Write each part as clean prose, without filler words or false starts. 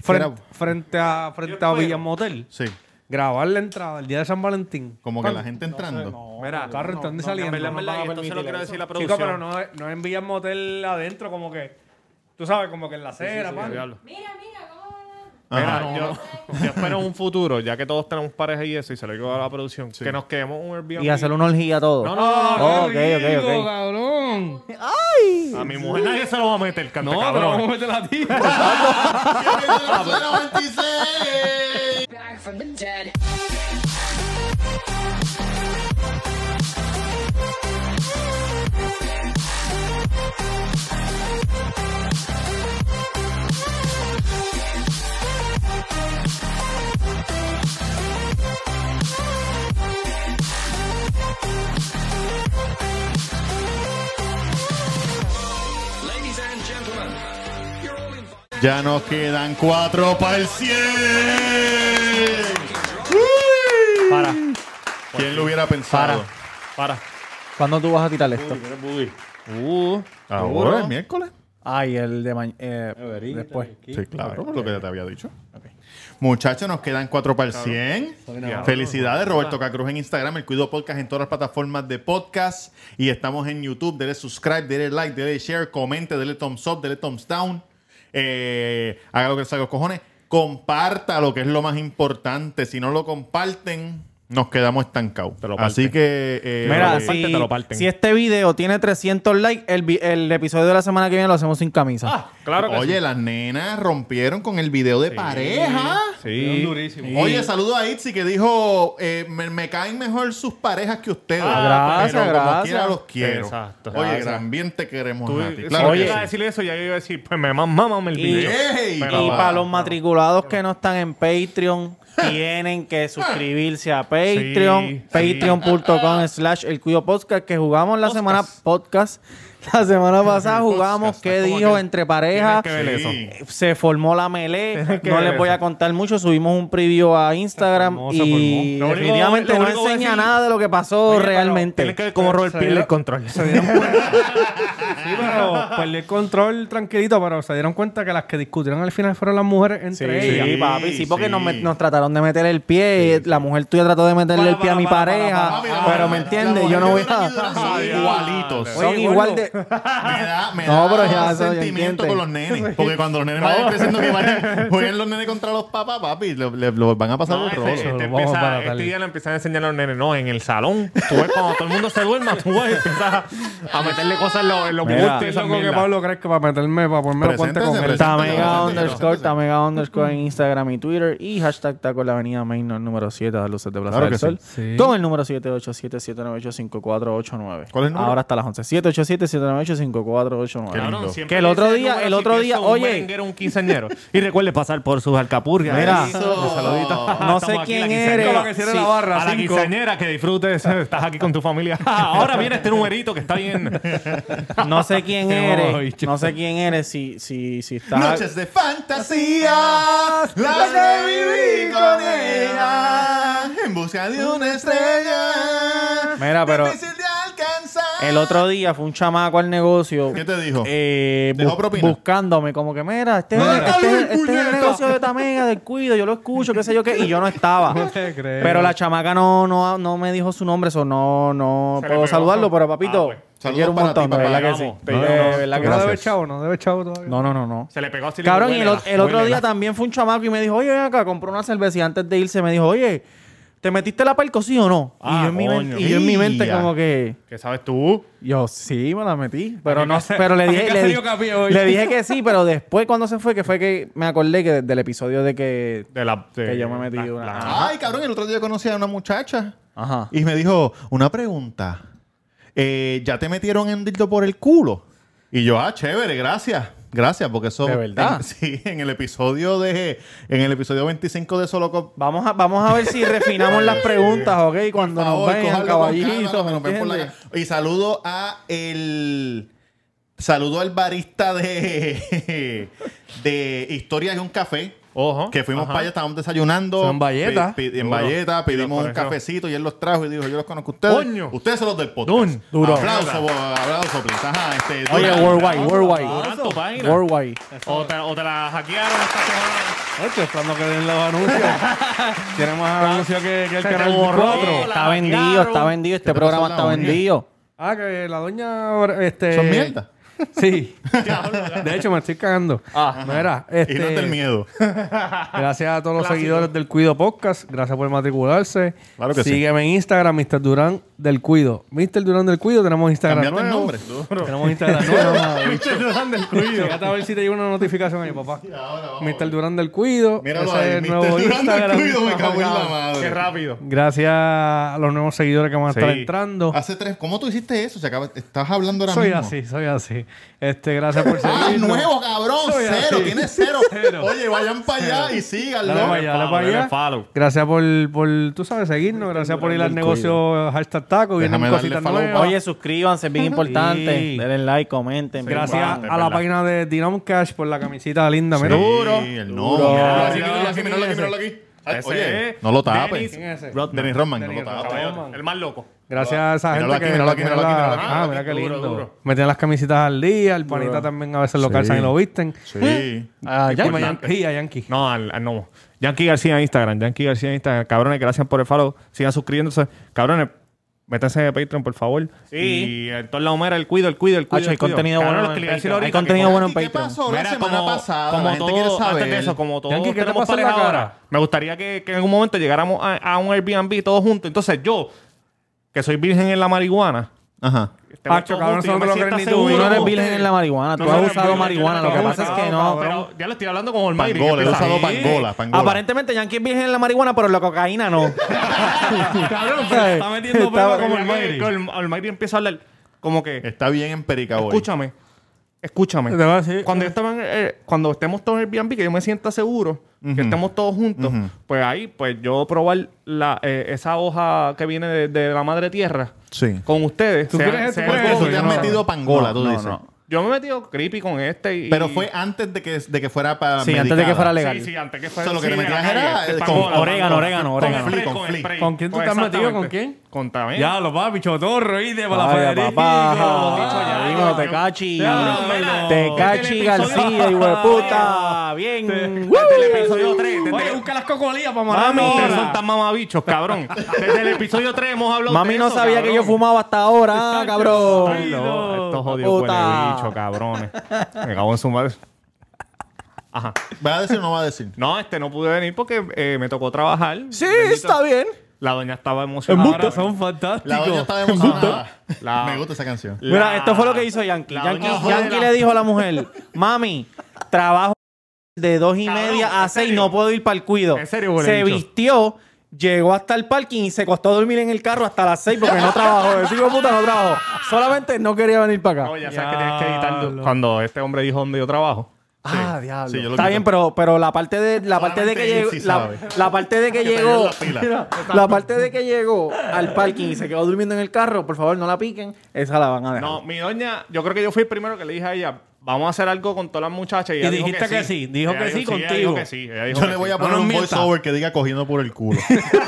frente a Villamotel. Sí. Grabar la entrada el día de San Valentín. Como que la gente entrando. No, Mira, carro entrando y saliendo. En verdad, y entonces lo quiero decir la producción. Chico, pero no es en Villamotel adentro, como que... Tú sabes, como que en la acera, pan. Diablo. Mira, ¿cómo Mira, Ajá. yo espero en un futuro, ya que todos tenemos pareja y eso, y se lo digo a la producción, que nos quedemos un Airbnb. Y hacer una orgía todo. No, Oh, ok. Cabrón. a mi mujer nadie se lo va a meter, canta No, pero cabrón. vamos a meter a ti. back from the dead? Ya nos quedan 4 para el 100. Para. ¿Quién lo hubiera pensado? Para. ¿Cuándo tú vas a tirar esto? Ahora es miércoles. Ay, el de mañana. Después. Sí, claro, por lo que ya te había dicho. Muchachos, nos quedan 4 para el 100. Felicidades, Roberto Cacruz en Instagram, El Cuido Podcast en todas las plataformas de podcast. Y estamos en YouTube. Dele subscribe, dele like, dele share, comente, dele thumbs up, dele thumbs down. Haga lo que salga los cojones. Comparta lo que es lo más importante. Si no lo comparten, nos quedamos estancados. Así que... Mira, te lo parten. si este video tiene 300 likes, el episodio de la semana que viene lo hacemos sin camisa. Claro que Oye, las nenas rompieron con el video de pareja. sí. Durísimo. Oye, saludo a Itzy que dijo, me caen mejor sus parejas que ustedes. gracias, pero como gracias. quiera los quiero. Exacto. Oye, Gracias. también te queremos Tú, a ti. si Claro oye, que iba a sí. decirle eso, ya iba a decir, pues mámame el Y- bicho. ¡Ey! Pero Y va. para los matriculados que no están en Patreon, tienen que suscribirse a Patreon. Sí, Patreon.com/El Cuido Podcast, que jugamos la semana podcast. La semana pasada jugamos Podcast, qué como dijo que entre parejas. tienes que ver eso. Sí. Se formó la melee. que No ver les voy eso. a contar mucho. Subimos un preview a Instagram Se y formó. definitivamente Lo no único que enseña decir- nada de lo que pasó Oye, pero realmente. Tienes que ver cómo Robert pierde el control. Sí, pero perdí el control tranquilito, pero se dieron cuenta que las que discutieron al final fueron las mujeres entre ellas. Sí, papi, sí, porque sí. nos trataron de meter el pie. La mujer tuya trató de meterle el pie a mi pareja. Pero me entiendes, yo no voy a. Son igualitos. Son Oye, igual gordo. de. Me No, da pero ya eso ya sentimiento entiende. con los nenes. Porque cuando los nenes vayan creciendo que jueguen los nenes contra los papás, papi, los van a pasar No, el rolo. vamos a parar. este día le empiezan a enseñar a los nenes. No, en el salón. Tú ves cuando todo el mundo se duerma, tú vas y empiezas a meterle cosas en los Mira, bultos y Es esas loco que mierdas. Pablo crees que para meterme, para ponerme los guantes con él. Preséntese. Tamega__ en Instagram y Twitter. Y hashtag taco en la avenida Main, número 7, a luces de Plaza Claro del que Sol. sí. Con el número 787-798-5489. ¿Cuál es el número? Ahora hasta las 11. 787-798-5489. Cabrón, siempre Que el otro dice día, número el si otro día, piensa un oye. merenguero, un quinceañero. Y recuerde pasar por sus alcapurrias. Mira, Eso. Saludito. no sé Estamos aquí, quién la eres. quinceañera. Como que cierre Sí, la barra. A la 5. quinceañera que disfrutes. Estás aquí con tu familia. Ahora viene este numerito que está bien. No sé quién Qué eres. bicho. No sé quién eres. Si estás. Noches de fantasía, las que viví con ella, en busca de una estrella. Mira, pero difícil de alcanzar. el otro día fue un chamaco al negocio. ¿Qué te dijo? ¿Dejó propina? buscándome, como que mira, este es el negocio de Tamega, del Cuido, yo lo escucho, qué sé yo qué, y yo no estaba. No te creo. Pero la chamaca no me dijo su nombre, eso no Se le puedo pegó. saludarlo, pero papito, pues. te Saludos quiero un para montón, ti, de papá. verdad que sí. Vamos, De te verdad que ¿No sí. debe chavo? ¿No debe chavo todavía? No. Se le pegó así. Cabrón, y el otro día también fue un chamaco y me dijo, oye, ven acá, compró una cerveza y antes de irse me dijo, oye, ¿te metiste la Palco, sí o no? Ah, y yo en mi coño. mente, en mi mente Ya. como que... ¿Qué sabes tú? Yo sí me la metí, pero ¿A qué no clase- pero le a qué dije clase dio capilla hoy? le dije que sí, pero después cuando se fue que me acordé que del episodio de que Que yo me metí una- Ay, cabrón, el otro día conocí a una muchacha ajá. y me dijo, una pregunta. ¿Ya te metieron en dildo por el culo? Y yo, chévere, gracias. Gracias, porque eso... ¿De verdad? Sí, en el episodio 25 de Solo Cop. Vamos a ver si refinamos las preguntas, ¿ok? Cuando Por nos favor, vean, cójanlo con caballito, calma, ¿me nos ven por la entiendes? calle. Y saludo al barista de Historias de un Café. Ojo. Que fuimos para allá, estábamos desayunando. Son Valleta. En Duro. Valleta, pedimos Por un eso. cafecito y él los trajo y dijo, yo los conozco a ustedes. Coño. Ustedes son los del podcast. Duro. Aplauso, please. Ajá, Oye, duro. worldwide. Tanto, página. Worldwide. O te la hackearon esta semana. Estoy esperando que den los anuncios. Tiene más anuncios que el Se te canal borró. 4. Está vendido, está vendido. Este programa está vendido. Ah, que la doña... Son mierda. Sí. De hecho, me estoy cagando. Mira, Y no es del miedo. gracias a todos los seguidores del Cuido Podcast. Gracias por matricularse. Claro que sí. Sígueme en Instagram, Mr. Durán del Cuido. Mr. Durán del Cuido, tenemos Instagram Cambiate el nuevo. nombre. Tenemos Instagram nuevo. Mr. Durán del Cuido. Fíjate a ver si te llega una notificación ahí, papá. Mr. Durán del Cuido. Míralo Ese ahí. es el Mr. nuevo Durán del Instagram. Cuido, me cago en la madre. Qué rápido. Gracias a los nuevos seguidores que van a estar Sí. entrando. Hace 3... ¿Cómo tú hiciste eso? Estás hablando ahora Soy mismo. así, soy así. Gracias por Ah, seguirnos. nuevo, cabrón. Soy Cero. así. Tienes cero. Cero. Oye, vayan para allá y síganlo. Dale para allá, dale para allá. Follow. Gracias por, tú sabes, seguirnos. Gracias por ir al negocio hashtag taco. Vienen Déjame darle cositas follow nuevas. Oye, suscríbanse, es bien importante. Sí. Denle like, comenten. Gracias importante, a la ¿verdad? página de Dinam Cash por la camisita linda. Mira. Sí, el no. Duro. Míralo aquí, míralo aquí, míralo aquí. Ay, Ese oye, es no lo tapes. Dennis ¿Quién es ese? Dennis Rodman, no Dennis lo Rodman. tapes. Rodman. El más loco. Gracias a esa Míralo gente aquí, que míralo aquí, me míralo aquí, la- míralo aquí. Ah, mira qué Duro, lindo. duro. Me tienen las camisetas al día. El panita también a veces lo Sí. calzan y lo visten. Sí. Ah, ya. Sí, a Yankee. No, no. Yankee García en Instagram. Yankee García en Instagram. Cabrones, gracias por el follow. Sigan suscribiéndose. Cabrones, métanse de Patreon, por favor. Sí. Y en toda la humera, el cuido. Hay contenido Cabrones, bueno los en que le iba a decir Patreon. ahorita Hay que contenido como- bueno en ¿Qué Patreon. pasó la Mira, semana pasada? La gente quiere todo, saber. antes de eso, como todos Yankee, ¿qué te tenemos pasó en la pareja cara? ahora, me gustaría que en algún momento llegáramos a un Airbnb todos juntos. Entonces yo, que soy virgen en la marihuana, Ajá. estemos Pacho, todos cabrón, juntos y yo eso no me te lo sienta crees ni tú. seguro. Tú no eres No, virgen en la marihuana. Tú No has eres usado virgen, marihuana. yo Lo que no pasa es que he no. Pero ya lo estoy hablando como el Mayri. Pangola, él ha usado Sí. pangola. Aparentemente Yankee es virgen en la marihuana, pero en la cocaína no. Cabrón, pero está metiendo Está- pelo como el Como Mayri. el Mayri empieza a hablar como que... Está bien empérica hoy. Escúchame. Te voy a decir- Cuando yo estaba cuando estemos todos en el Airbnb, que yo me sienta seguro, que estemos todos juntos, pues ahí, pues yo probar esa hoja que viene de la madre tierra Sí. con ustedes. ¿Tú crees- tú crees Porque eso? tú te Yo has no- metido pangola, tú no, dices. no. Yo me he metido creepy con este y... Pero fue antes de que fuera para Sí, antes de que fuera legal. Sí, antes que O fuera... sea, lo que sí, te de la metías era, calle, de con pangola, orégano, pangola. orégano. Con spray, Con flea. spray. ¿Con quién tú Pues te has metido? exactamente. ¿Con quién? Con Tamé. Ya, los papi, chotorro, ¿viste? Para la Vaya, Federico. papá. Hemos dicho ya. Dímelo, Tecachi. Ya, Tecachi Desde el García, episodio- hijo de puta. Bien. Desde el episodio 3. Oye, busca las cocolías para Mami, matarnos Ustedes ahora. son tan mamabichos, cabrón. Desde el episodio 3 hemos hablado Mami de no eso, sabía cabrón. que yo fumaba hasta ahora, cabrón. Ay, no, estos jodidos Puta. huele bicho, cabrones. Me cago en su madre. Ajá. ¿Va a decir o no va a decir? No, no pude venir porque me tocó trabajar. Sí, Bendito. está bien. La doña estaba emocionada. Ahora son fantásticos. La doña estaba emocionada. La- Me gusta esa canción. Mira, esto fue lo que hizo Yankee. la Yankee, doña fue Yankee la- le dijo a la mujer, mami, trabajo de 2:30 a ¿en 6, serio? no puedo ir para el cuido. ¿En serio, huele Se bicho? vistió, llegó hasta el parking y se costó a dormir en el carro hasta las 6 porque no trabajó. Ese hijo de puta no trabajó. Solamente no quería venir para acá. No, ya sabes que tienes que Diablo. editar cuando este hombre dijo dónde yo trabajo. Ah, diablo. Sí, yo lo Está quito. bien, pero la parte de que Solamente él llegó, sí la, sabe. la parte de que Que te llegó, dio la fila. mira, la parte de que llegó al parking y se quedó durmiendo en el carro, por favor, no la piquen, esa la van a dejar. No, mi doña, yo creo que yo fui el primero que le dije a ella, vamos a hacer algo con todas las muchachas. ella Y dijo dijiste que sí. Dijo Ella que sí ella contigo. dijo que sí. Ella dijo Yo que le voy sí. a poner No nos un mientas. voiceover que diga cogiendo por el culo.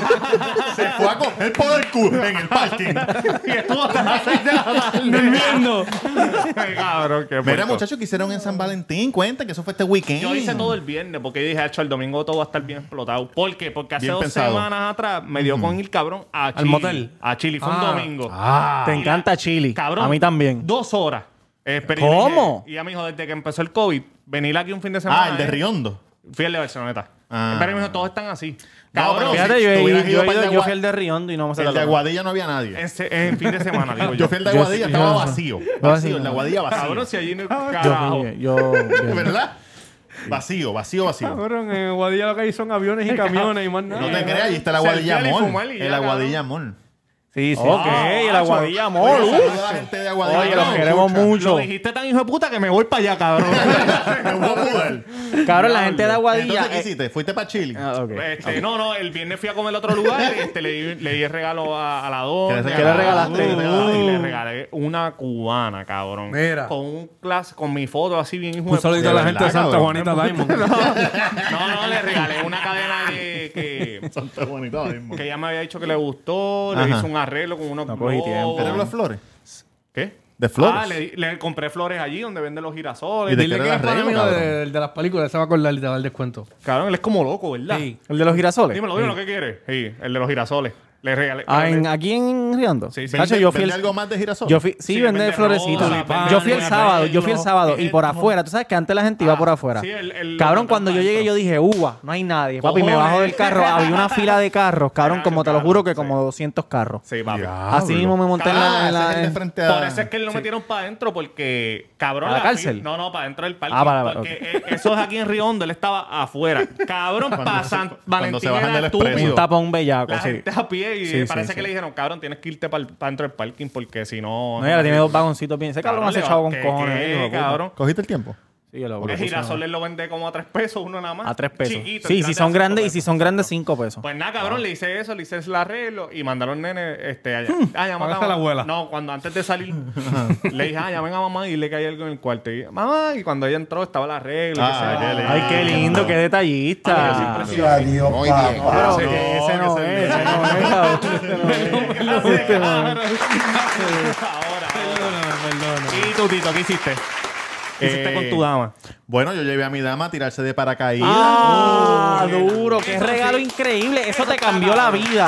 Se fue a coger por el culo en el parking. Y estuvo hasta las 6 de la tarde. Durmiendo. Ay, cabrón, qué Mira, puerco. muchachos, que hicieron en San Valentín. Cuenta que eso fue este weekend. Yo hice todo el viernes porque yo dije, "Acho, el domingo todo va a estar bien explotado". ¿Por qué? Porque hace Bien 2 pensado. semanas atrás me dio con ir, cabrón, a Chile. motel. A Chile. Fue un Ah. domingo. Te encanta Chili. Cabrón. A mí también. 2 horas. ¿Cómo? Y ella me dijo, desde que empezó el COVID, venir aquí un fin de semana. Ah, el de Riondo. Fui al de Barceloneta. Ah. Pero me dijo, todos están así. No, Cabrón. pero Fíjate, si yo, tú hubieras ido para el de yo Agua- fui el de Riondo y no me El de Aguadilla no había nadie. En fin de semana, digo yo. Yo fui al de Aguadilla, estaba vacío. Vacío, el de Aguadilla Cabrón, vacío. si allí no carajo. ¿Verdad? Vacío, vacío, vacío. Cabrón, en Guadilla lo que hay son aviones y camiones y más nada. No te creas, ahí está el Se Aguadilla alquilan y Mall. fumar y ya, El Aguadilla Mall. Sí, sí. Ok, el Aguadilla Mall. Oye, saluda a la gente de Aguadilla. Oye, que los nos queremos escucha. mucho. Lo dijiste tan hijo de puta que me voy para allá, cabrón. Me voy a mudar. Cabrón, la gente de Aguadilla. Entonces, ¿qué hiciste? ¿Fuiste para Chile? Ok. No, el viernes fui a comer a otro lugar y le di el regalo a la doña. ¿Qué le regalaste? ¿Qué le regalaste? Y le regalé una cubana, cabrón. Mira. Con mi foto así bien hijo Un de saludito a De la gente de verdad, Santa cabrón. Juanita Diamond. No, le regalé una cadena que Santa Juanita mismo. ella me había dicho que le gustó. Ajá. Le hice un arreglo con unos No cogí tiempo. ¿Qué de las flores? ¿Qué? De flores. Le compré flores allí donde venden los girasoles. ¿Y de Dile qué que era es el arreglo, amigo cabrón? de las películas. Se va a acordar y te va a dar descuento. Cabrón, él es como loco, ¿verdad? Sí. ¿El de los girasoles? Dímelo, ¿qué quiere? Sí, el de los girasoles. Le regalé. ¿Aquí en Riondo? Sí, sí. Nacho, ¿Vende algo más de girasol? Sí, Sí, vende vende florecitos. rosas, Yo fui el vende sábado, arreglos. y por afuera. Tú sabes que antes la gente iba por afuera. sí, Cabrón, cuando yo llegué yo dije, no hay nadie. Papi, me Cojones. bajo del carro. Había una fila de carros, cabrón, como te lo juro que Sí. como 200 carros. Sí, papi. Así mismo me monté en la... ese es el de frente a... Por eso es que él lo metieron para adentro, porque, cabrón. ¿A la cárcel? No, para adentro del parque. Porque ok. eso es aquí en Riondo, él estaba afuera. Cabrón, pasan. cuando Valentín se bajan era del expreso. estúpido. Un tapón bellaco, La sí. gente a pie y Sí, parece sí, que le dijeron, cabrón, tienes que irte para dentro del parking porque si no... No, y ahora tiene 2 vagoncitos bien. Ese cabrón hace le va- chavo con ¿qué, cojones. qué, hijo de puta. cabrón? ¿Cogiste el tiempo? Sí, yo lo El girasol él lo vende como a 3 pesos, uno nada más. A 3 pesos. Chiquito, Sí, el si grande son a 5 grandes, y pesos. si son grandes, 5 pesos. Pues nada, cabrón, le hice eso, le hice el arreglo y mandaron nene allá. Pagaste a la abuela. No, cuando antes de salir, le dije, llamen a mamá y dile que hay algo en el cuarto. Y mamá, y cuando ella entró estaba el arreglo. y Ah, que se- qué lindo. Ay, qué lindo, qué detallista. Adiós, papá. Pero Sí, que ese no que es, ese ese no es, cabrón, ese no es. Este no es. Ahora. ¿Y tú, Tito, qué hiciste? ¿Qué hiciste con tu dama? Bueno, yo llevé a mi dama a tirarse de paracaídas. Ah, duro, qué regalo increíble. Eso te cambió la vida.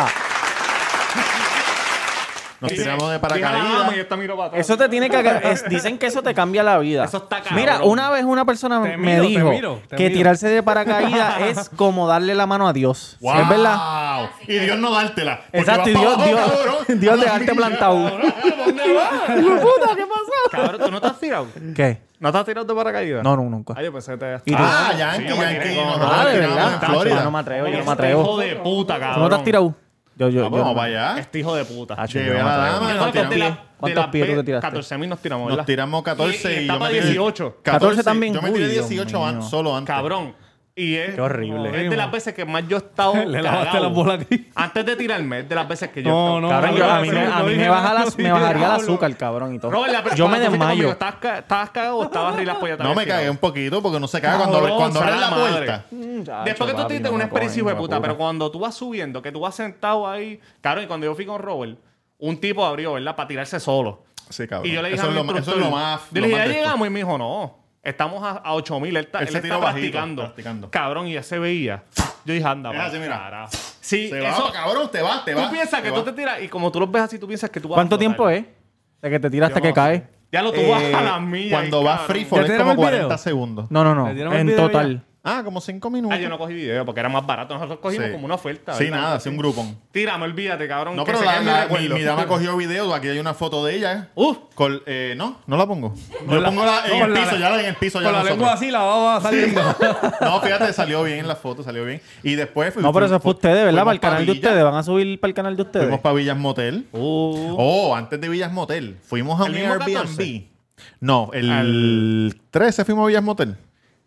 Nos tiramos de Dije a la dama y paracaídas. esta miró para atrás. Eso te tiene que... dicen que eso te cambia la vida. Eso está cabrón. Mira, una vez una persona Te me miro, te dijo miro, te que miro. tirarse de paracaídas es como darle la mano a Dios. ¡Wow! ¿Es verdad? Y Dios no dártela. porque Exacto, y vas Dios, pa' abajo, cabrón. Dios dejarte plantado. ¿Dónde vas? Puta, ¿qué pasó? Cabrón, ¿tú no te has tirado? ¿Qué? ¿No te has tirado de paracaídas? No, nunca. Ay, yo pensé que te habías ¿Y tú? Ah, Sí, Yankee, yo me tiré, Yankee. no, Nosotros Ah, de tiramos verdad. en Tacho, Florida. yo no me atrevo, yo no me Este atrevo. hijo de puta, cabrón. ¿Tú no te has tirado? Yo, Ah, pues vamos para allá. Este hijo de puta. Tacho, Llevé yo a no me la atrevo. dama. Yo nos creo que tiramos- ¿Cuántos pies tú te tiraste? 14.000 nos tiramos, Nos ¿verdad? tiramos 14 y, está yo para me tiré 18. 14 también. Yo me tiré Uy, Dios 18 mío. solo antes. Cabrón. Y es... Qué horrible. Es de las veces que más yo he estado Le lavaste cagado. las bolas aquí. Antes de tirarme, es de las veces que yo he No, estado no, Cabrón, no, a mí no me dije baja nada, me sí, bajaría el diablo. azúcar, cabrón, y todo. Robert, Yo me cuando tú fuiste conmigo, desmayo. ¿Estabas cagado o estabas relax por allá? No, me cagué un poquito porque no se caga Cabrón, cuando abres la sea la puerta. Después que tú papi, tienes no una me experiencia cogen, hijo de puta, puta. pero cuando tú vas subiendo, que tú vas sentado ahí, cabrón, y cuando yo fui con Robert, un tipo abrió, ¿verdad? Para tirarse solo. Sí, cabrón. Y yo le dije eso a mi es lo más. Eso es instructor, lo más. yo lo le dije, más ya de esto. llegamos, y me dijo, no, estamos a 8.000, él Él se está tiró bajito, practicando. practicando. Cabrón, y ya se veía. Yo dije, anda, Es va, así, mira. carajo. Sí, Se eso, va, cabrón, te vas. tú piensas que tú te tiras, y como tú los ves así, tú piensas que tú vas a ¿Cuánto flotar. tiempo es? De que te tiras hasta que caes. Ya lo tú vas a las millas. Cuando ahí, vas cabrón. free fall ¿Ya es tenemos como el video? 40 segundos. No. ¿Le dieron el En video total. Ah, como 5 minutos. Ah, yo no cogí video porque era más barato. Nosotros cogimos Sí. como una oferta. Sí, ¿verdad? nada, así un grupón. Tírame, olvídate, cabrón. No, que pero se quede en mi recuerdo. mi dama cogió video. Aquí hay una foto de ella. No, no la pongo. Con Yo la- pongo en con el la- piso, ya en el piso. Con ya la nosotros. lengua así, la baba saliendo. No, fíjate, salió bien la foto, salió bien. Y después No, pero eso fue ustedes, ¿verdad? Para el canal de Villa. ustedes. Van a subir para el canal de ustedes. Fuimos para Villas Motel. Oh, antes de Villas Motel. Fuimos a ¿El un mismo Airbnb. 14? No, el 13 fuimos a Villas Motel.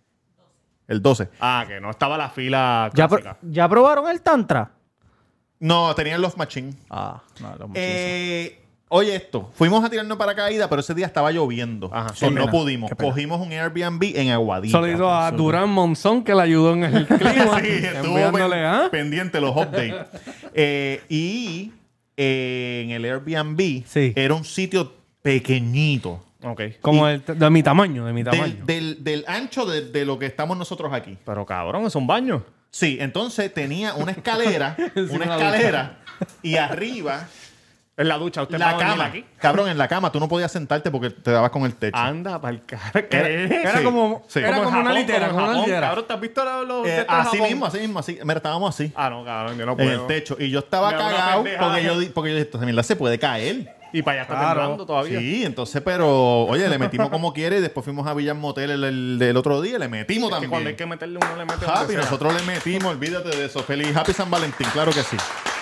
El 12. Ah, que no estaba la fila ¿Ya, clásica. ¿Ya probaron el Tantra? No, tenían los machines. Ah, no, Oye, esto. Fuimos a tirarnos paracaídas, pero ese día estaba lloviendo. Ajá, So, qué no pena, pudimos. qué pena. Cogimos un Airbnb en Aguadilla. Saludito a Durán Monzón, que le ayudó en el clima. Sí, estuvo enviándole, ¿ah? pendiente los updates. Y en el Airbnb Sí. era un sitio pequeñito. Ok. Como de mi tamaño, de mi tamaño. Del ancho de lo que estamos nosotros aquí. Pero cabrón, es un baño. Sí, entonces tenía una escalera, una ducha. y arriba En la ducha, usted va la a dormir cama. aquí. Cabrón, en la cama tú no podías sentarte porque te dabas con el techo. Anda para el cara. Era Sí, como, sí. era como una litera, como una litera. Cabrón, ¿te has visto los de este así Japón? mismo, así. Mira, estábamos así. Ah, no, cabrón, yo no En puedo. el techo. Y yo estaba Me da una cagado pendejada. porque yo dije, esta mierda se puede caer. Y para allá está Claro. temblando todavía. Sí, entonces, pero, oye, le metimos como quiere y después fuimos a Villas Motel el del otro día, le metimos Que también. cuando hay que meterle uno le mete Happy, donde sea. nosotros le metimos, olvídate de eso. Feliz Happy San Valentín, claro que sí.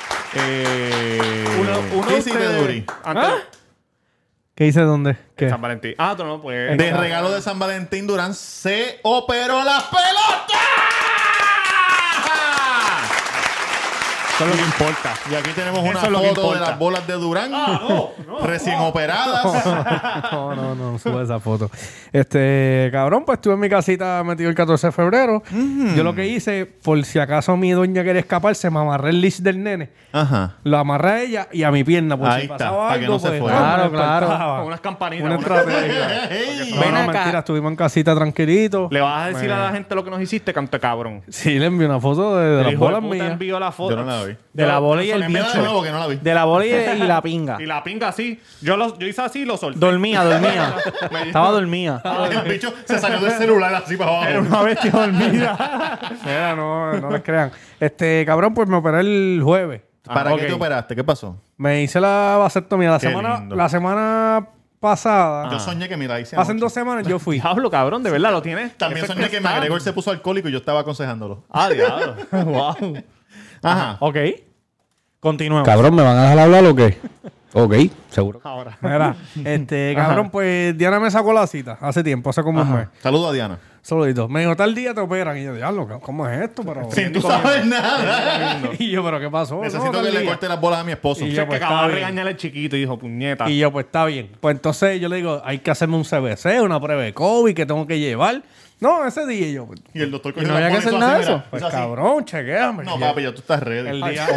Uno ¿Qué de hiciste, ustedes- Duri? Antes ¿Qué dice dónde? de ¿Qué? San Valentín. Ah, tú no, pues. De regalo de San Valentín, Durán se operó las pelotas. Eso es lo que importa. Y aquí tenemos una Eso es lo que foto de importa. las bolas de Durán. Recién operadas. No sube esa foto. Cabrón, pues estuve en mi casita metido el 14 de febrero. Yo lo que hice, por si acaso mi doña quería escaparse, me amarré el leash del nene. Ajá. Lo amarré a ella y a mi pierna. Por Ahí si está, pasaba para que algo, no se pues, fuera. me Claro. despertaba. Con unas campanitas. Una estrategia. Ey. No, Ven no, acá. mentira, estuvimos en casita tranquilito. Le vas a decir a la gente lo que nos hiciste, canto cabrón. Sí, le envié una foto de El las hijo de bolas puta mías. envió la foto. Yo no la vi. De la bola y el Envíala de nuevo bicho. que no la vi. De la bola y la pinga. Y la pinga así. Yo hice así y lo solté. Dormía. Estaba dormida. El bicho se salió del celular así para abajo. Era una bestia dormida. Mira, no les crean. Cabrón, pues me operé el jueves. ¿Para ok. qué te operaste? ¿Qué pasó? Me hice la vasectomía Qué lindo. la semana pasada. Yo soñé que me la hice Hace anoche. 2 semanas yo fui. Diablo, cabrón, de verdad lo tienes. También Eso es soñé que está. McGregor se puso alcohólico y yo estaba aconsejándolo. Ah, diablo. Wow. Ajá. Ok. Continuemos. Cabrón, ¿me van a dejar hablar o qué? Ok, seguro. Ahora. Mira, cabrón, pues Diana me sacó la cita hace tiempo, hace como un mes. Saludo a Diana. Saludito. Me dijo, tal día te operan. Y yo, diablo, ¿cómo es esto? Pero... Sin tú sabes nada. Y yo, ¿pero qué pasó? Necesito tal que le día. corte las bolas a mi esposo. Y Yo yo, que pues, acababa de está bien. regañar al chiquito y dijo, puñeta. Y yo, pues está bien. Pues entonces yo le digo, hay que hacerme un CBC, una prueba de COVID que tengo que llevar. No, ese día yo, pues, Y el doctor no había que hacer nada de eso? pues cabrón, chequéame. No, papi, ya tú estás ready. El día,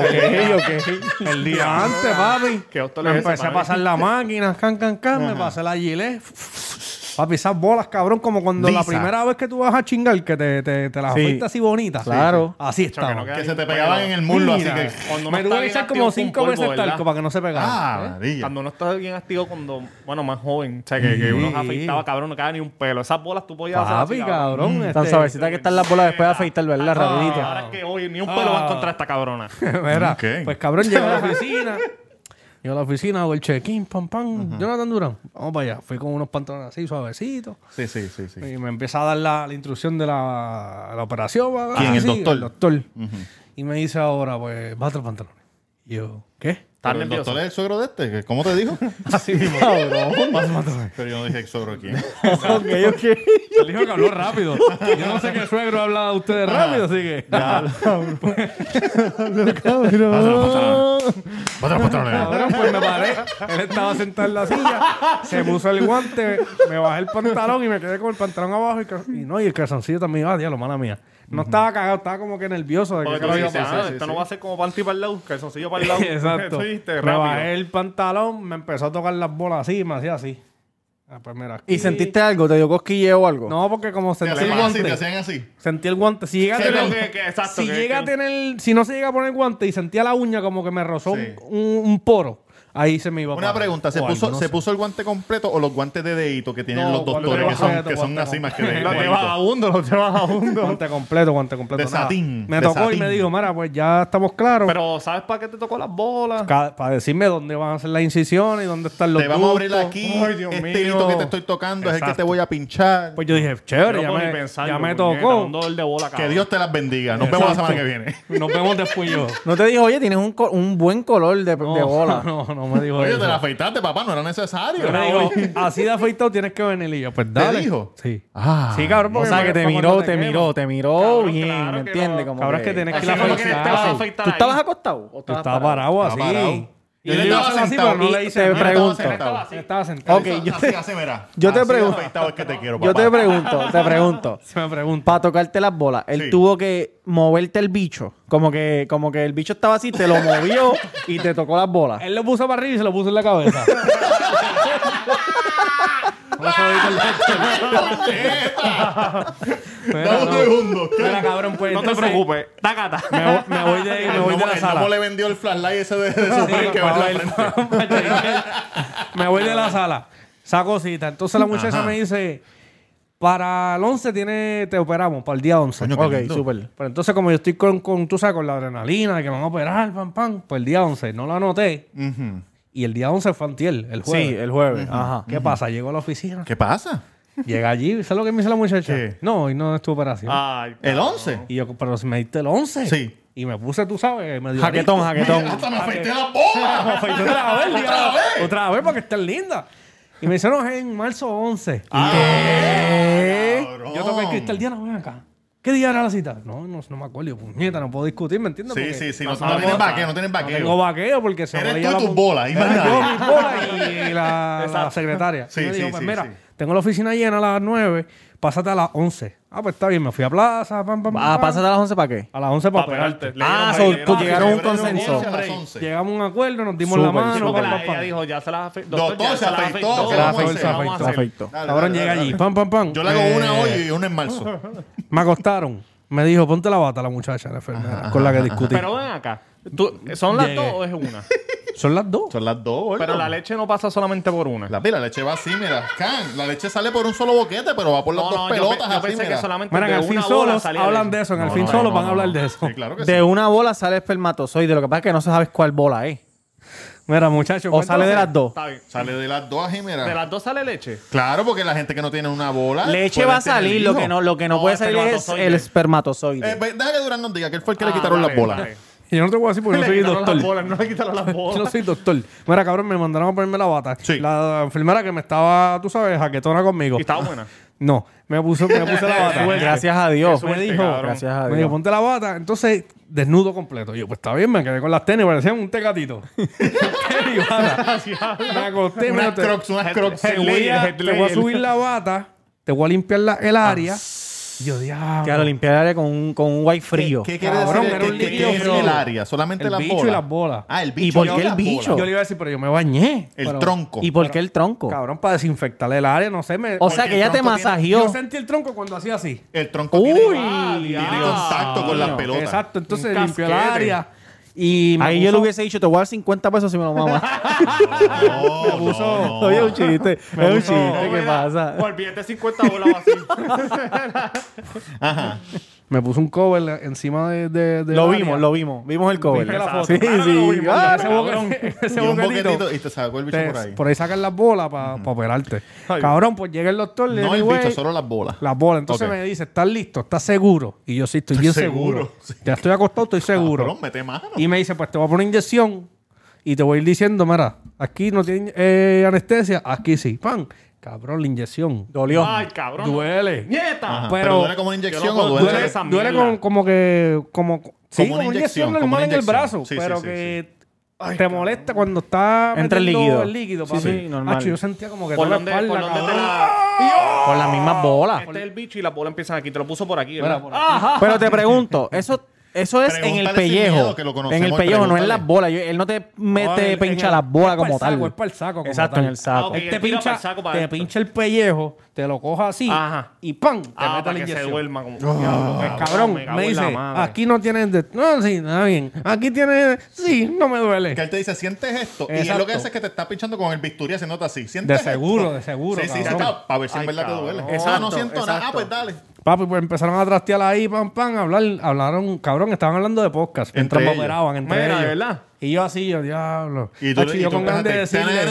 El día antes, papi. ¿Qué doctor Me es ese, empecé a papi? pasar la máquina, me pasé la gilet. Papi, esas bolas, cabrón, como cuando la Lisa. primera vez que tú vas a chingar, que te las Sí. afeitas así bonitas. Claro. Así Chacho, que no estaba. queda Que ni se un te pelo. pegaban en el muslo, así Mira, que... Cuando uno me está tuve que bien echar activo como con 5 polvo, veces ¿verdad? talco para que no se pegara. Ah, María. Cuando uno está bien activo cuando, bueno, más joven, o sea, que uno se afeitaba, cabrón, no queda ni un pelo. Esas bolas tú podías hacer Papi, así, cabrón. Tan suavecita que están las bolas después de afeitar, ¿verdad? Rapidito. Ahora es que hoy ni un pelo va a encontrar esta cabrona. Mira, Ok. pues cabrón, llego a la oficina. Llego a la oficina, hago el check-in, pam, pam. Jonathan Durán, vamos para allá. Fui con unos pantalones así, suavecitos. Sí. Y me empieza a dar la instrucción de la operación. ¿Va? ¿Quién? ¿El doctor? El doctor. Y me dice ahora, pues, bate los pantalones. Y yo, ¿qué? Estás Pero el nervioso. doctor es el suegro de este. ¿Cómo te dijo? Así mismo. Pero yo no dije el suegro quién. Él dijo que habló rápido. Yo no sé qué suegro habla de ustedes rápido, así que... Bota los pantalones. Cabrón, pues me paré. Él estaba sentado en la silla, se puso el guante, me bajé el pantalón y me quedé con el pantalón abajo. Y el calzoncillo también, diablo, mala mía. No estaba cagado, estaba como que nervioso de que Porque qué tú lo iba a dices, pasar. esto no va a ser como panty para el lado, calzoncillo para el lado. Exacto. Tú dijiste, Me rápido. bajé el pantalón, me empezó a tocar las bolas así y me hacía así. Ah, pues mira, aquí. ¿Y sentiste algo? ¿Te dio cosquilleo o algo? No, porque como Te sentí el hacían así, te guante. hacían así. Sentí el guante. Si llega a Sí, tener... lo que- exacto, si que- llega a que- tener... Si no se llega a poner guante y sentía la uña como que me rozó Sí. un poro, ahí se me iba a Una parar. pregunta, ¿se O algo, puso, no ¿se sé. puso el guante completo o los guantes de dedito que tienen No, los doctores guante que completo, son guante así más que de Los de dedito? vagabundo, los de vagabundo. Guante completo, guante completo. De nada. satín, Me de tocó y satín. me dijo, mira, pues ya estamos claros. Pero, ¿sabes para qué te tocó las bolas? Para decirme dónde van a hacer las incisiones y dónde están los Te vamos a abrir ductos. aquí. Ay, Dios Este mío. hilito que te estoy tocando es el que te Exacto. voy a pinchar. Pues yo dije, chévere, No ya puedo ni me, pensarlo, ya me puñeta, tocó. un dolor de bola, Que cabrón. Dios te las bendiga. Nos vemos la semana que viene. Nos vemos después yo. No te dijo, oye, tienes un buen color de bola. No me dijo Oye, eso. te la afeitaste, papá. No era necesario. Me dijo, así de afeitado tienes que venir. Y yo, pues dale. dijo? Sí. Ah. Sí, cabrón. O porque sea, me- que te para miró, cuando te quemo. miró, te miró Cabrón, bien, claro ¿me que entiendes? no. Como Cabrón, es que tienes que Así ir a como que te afeitar. vas a afeitar ¿Tú ahí. estabas acostado? ¿O Yo estabas estaba parado? parado Estaba así. parado. Y Él yo iba a estaba hacer así, sentado. pero no le Y hice te nada. pregunto. Estaba Estaba sentado. Ok, Así, mira. yo te Así pregunto. afeitado es que te quiero, Yo papá. te pregunto. Se me pregunta. Para tocarte las bolas, él Sí. tuvo que moverte el bicho. Como que el bicho estaba así, te lo movió y te tocó las bolas. Él lo puso para arriba y se lo puso en la cabeza. No se oír Dame un segundo. Mira, cabrón, pues No te entonces, preocupes. Tácata. Me voy de El la sala. Nomo le vendió el flashlight ese de su Sí, que va para en la ver- frente. me voy de la sala. Saco cita. Entonces la muchacha me dice, para el 11 te operamos, para el día 11. Coño, qué Ok, lindo. súper. Pero entonces como yo estoy tú sabes, con la adrenalina de que me van a operar, pam, pam, pues el día 11 no lo anoté. Ujú. Y el día 11 fue antier, el jueves. Sí, el jueves. Ajá. ¿Qué pasa? Llego a la oficina. ¿Qué pasa? Llega allí. ¿Sabes lo que me dice la muchacha? ¿Qué? No, hoy no es tu operación. Ay, ¿El 11? Y yo, pero si me diste el 11. Sí. Y me puse, tú sabes, medio Jaquetón, jaquetón. ¡Hasta me afeité la bola! Me afeité otra vez, ¿Otra vez? Otra vez porque está linda. Y me dice, no, es en marzo 11. Cabrón. Yo toqué el cristal, Diana, ven acá. ¿Qué día era la cita? No me acuerdo. Puñeta, no puedo discutir, ¿me entiendes? Sí, Porque sí, sí. No tienes vaqueo, no tienes no vaqueo. tengo vaqueo porque se Eres me tú y la tus bolas, y más Era yo, nadie. mis bolas y la secretaria. Sí, Y me sí, dijo, pues sí, mira, sí. tengo la oficina llena a las 9, pásate a las 11. Ah, pues está bien, me fui a plaza, pam. ¿Pásate a las 11 para qué? A las 11 para Para operarte. Pues llegaron a un consenso. A las 11. Llegamos a un acuerdo, nos dimos Súper, la mano. súper. pam, pam, Ella pam. dijo, ya se la afeitó. Doctor, se afeitó. Se afeitó. Perfecto. Dale, Cabrón, dale, llega dale, allí, dale. pam. Yo le hago una hoy y una en marzo. Me acostaron. Me dijo, ponte la bata la muchacha, la enfermera, con la que discutí. Pero ven acá. ¿Son las Llegué. dos o es una? Son las dos. Son las 2, gordo. Pero la leche no pasa solamente por una. La leche va así, mira. Can, la leche sale por un solo boquete, pero va por las dos pelotas yo así, pensé mira. que solamente Mira, en de el fin una bola solos salía hablan leche. de eso. En el No, fin no, solos no, van no, a hablar no. de eso. Sí, claro que sí. De una bola sale espermatozoide. Lo que pasa es que no se sabe cuál bola es. Mira, muchachos. O sale de las dos. Está bien. Sale de las dos así, mira. ¿De las dos sale leche? Claro, porque la gente que no tiene una bola. Leche puede va a tener salir. hijo. Lo que no No, puede salir es espermatozoide. el espermatozoide. Deja que Durán nos diga que él fue el que le quitaron las bolas. Y yo no te voy a decir porque no soy doctor. No le quitaron las Yo bolas. no soy doctor. Mira, cabrón, me mandaron a ponerme la bata. Sí. La enfermera que me estaba, tú sabes, jaquetona conmigo. Y estaba buena. No, me puse la bata. Gracias a Dios. Me dijo, Gracias a me dijo, Dios. ponte la bata. Entonces, desnudo completo. Yo, pues está bien, me quedé con las tenis, parecían un tecatito. Tenis, bata. Me acosté, Unas me crocs, unas crocs. te voy a subir la bata, te voy a limpiar el área. Y yo, diablo. Que lo limpiar el área con un white frío. ¿Qué quiere Cabrón, decir? era un ¿Qué líquido es frío. el área? Solamente El las bicho bolas. y las bolas. Ah, el bicho. ¿Y por qué el las bicho? bolas. Yo le iba a decir, pero yo me bañé. El Pero, tronco. ¿Y por qué el tronco? Cabrón, para desinfectar el área, no sé. O sea, que ella te tronco tiene- masajeó. Yo sentí el tronco cuando hacía así. El tronco Uy, tiene contacto con las pelotas. Exacto, entonces Un limpió el casquete. área. Y me Ahí yo puso- le hubiese dicho, te voy a dar 50 pesos si me lo mamas. No, puso- no. Oye, es un chiste. Es un puso- chiste. ¿Qué pasa? Olvídate 50 bolas así. Ajá. Me puso un cover encima de Lo del vimos, área. lo vimos. Vimos el cover. Viste la foto. Sí, Claro, lo sí. vimos. Ah, Ese Y un boquetito. boquetito y te sacó el bicho por ahí. sacan las bolas para operarte. Cabrón, pues llega el doctor. le No el digo, bicho, "Güey, solo las bolas. las bolas. Entonces Ok. me dice, ¿estás listo? ¿Estás seguro? Y yo sí, estoy bien seguro. seguro. Ya estoy acostado, estoy seguro. Cabrón, mete mano. Y me dice, pues te voy a poner inyección y te voy a ir diciendo, mira, aquí no tiene anestesia, aquí sí. ¡Pam! Cabrón, la inyección. Dolió. Ay, cabrón. Duele. ¡Nieta! Ajá. pero- Pero duele como una inyección yo no o puedo- duele. esa Duele mierda. como que... Sí, Como como una una inyección inyección, como normal una en el inyección. brazo. Sí, pero sí, sí, que te molesta cuando está Entra el metiendo líquido. el líquido, Sí, papi. sí, normal. Macho, yo sentía como que ¿Por toda la dónde, espalda, por dónde te cabrón. la...? Con las mismas bolas. Este es el bicho y las bolas empiezan aquí. Te lo puso por aquí, Mira, ¿verdad? por aquí. Ajá. Pero te pregunto, eso es en el Pregúntale sin pellejo. miedo, que lo conocemos, En el pellejo, no en pregúntale. las bolas. Él no te mete, pincha las bolas como tal. Es para el saco. como Exacto, tal. en el saco. ok. Él te Él tira pincha, pa'l saco para te adentro. pincha el pellejo, te lo coja así Ajá. y ¡pam! Te mete para la que se inyección. duerma como... Pues, cabrón, me cago me en la dice, madre. aquí no tienes... No, sí, está bien. Aquí tienes... Sí, no me duele. Que él te dice, ¿sientes esto? Y él Exacto. lo que hace es que te está pinchando con el bisturí haciéndote así. ¿Sientes De seguro, esto? de seguro, Sí, sí, cabrón. sí. Para ver si en verdad te duele. Exacto, No siento nada. Ah, exacto. pues dale. Papi, pues empezaron a trastear ahí, hablaron, cabrón, estaban hablando de podcast Entre mientras me ellos. operaban, entre Mira, ellos. ¿de verdad? Y yo así, yo, diablo. Y tú, Hacho, yo con ganas de decirle...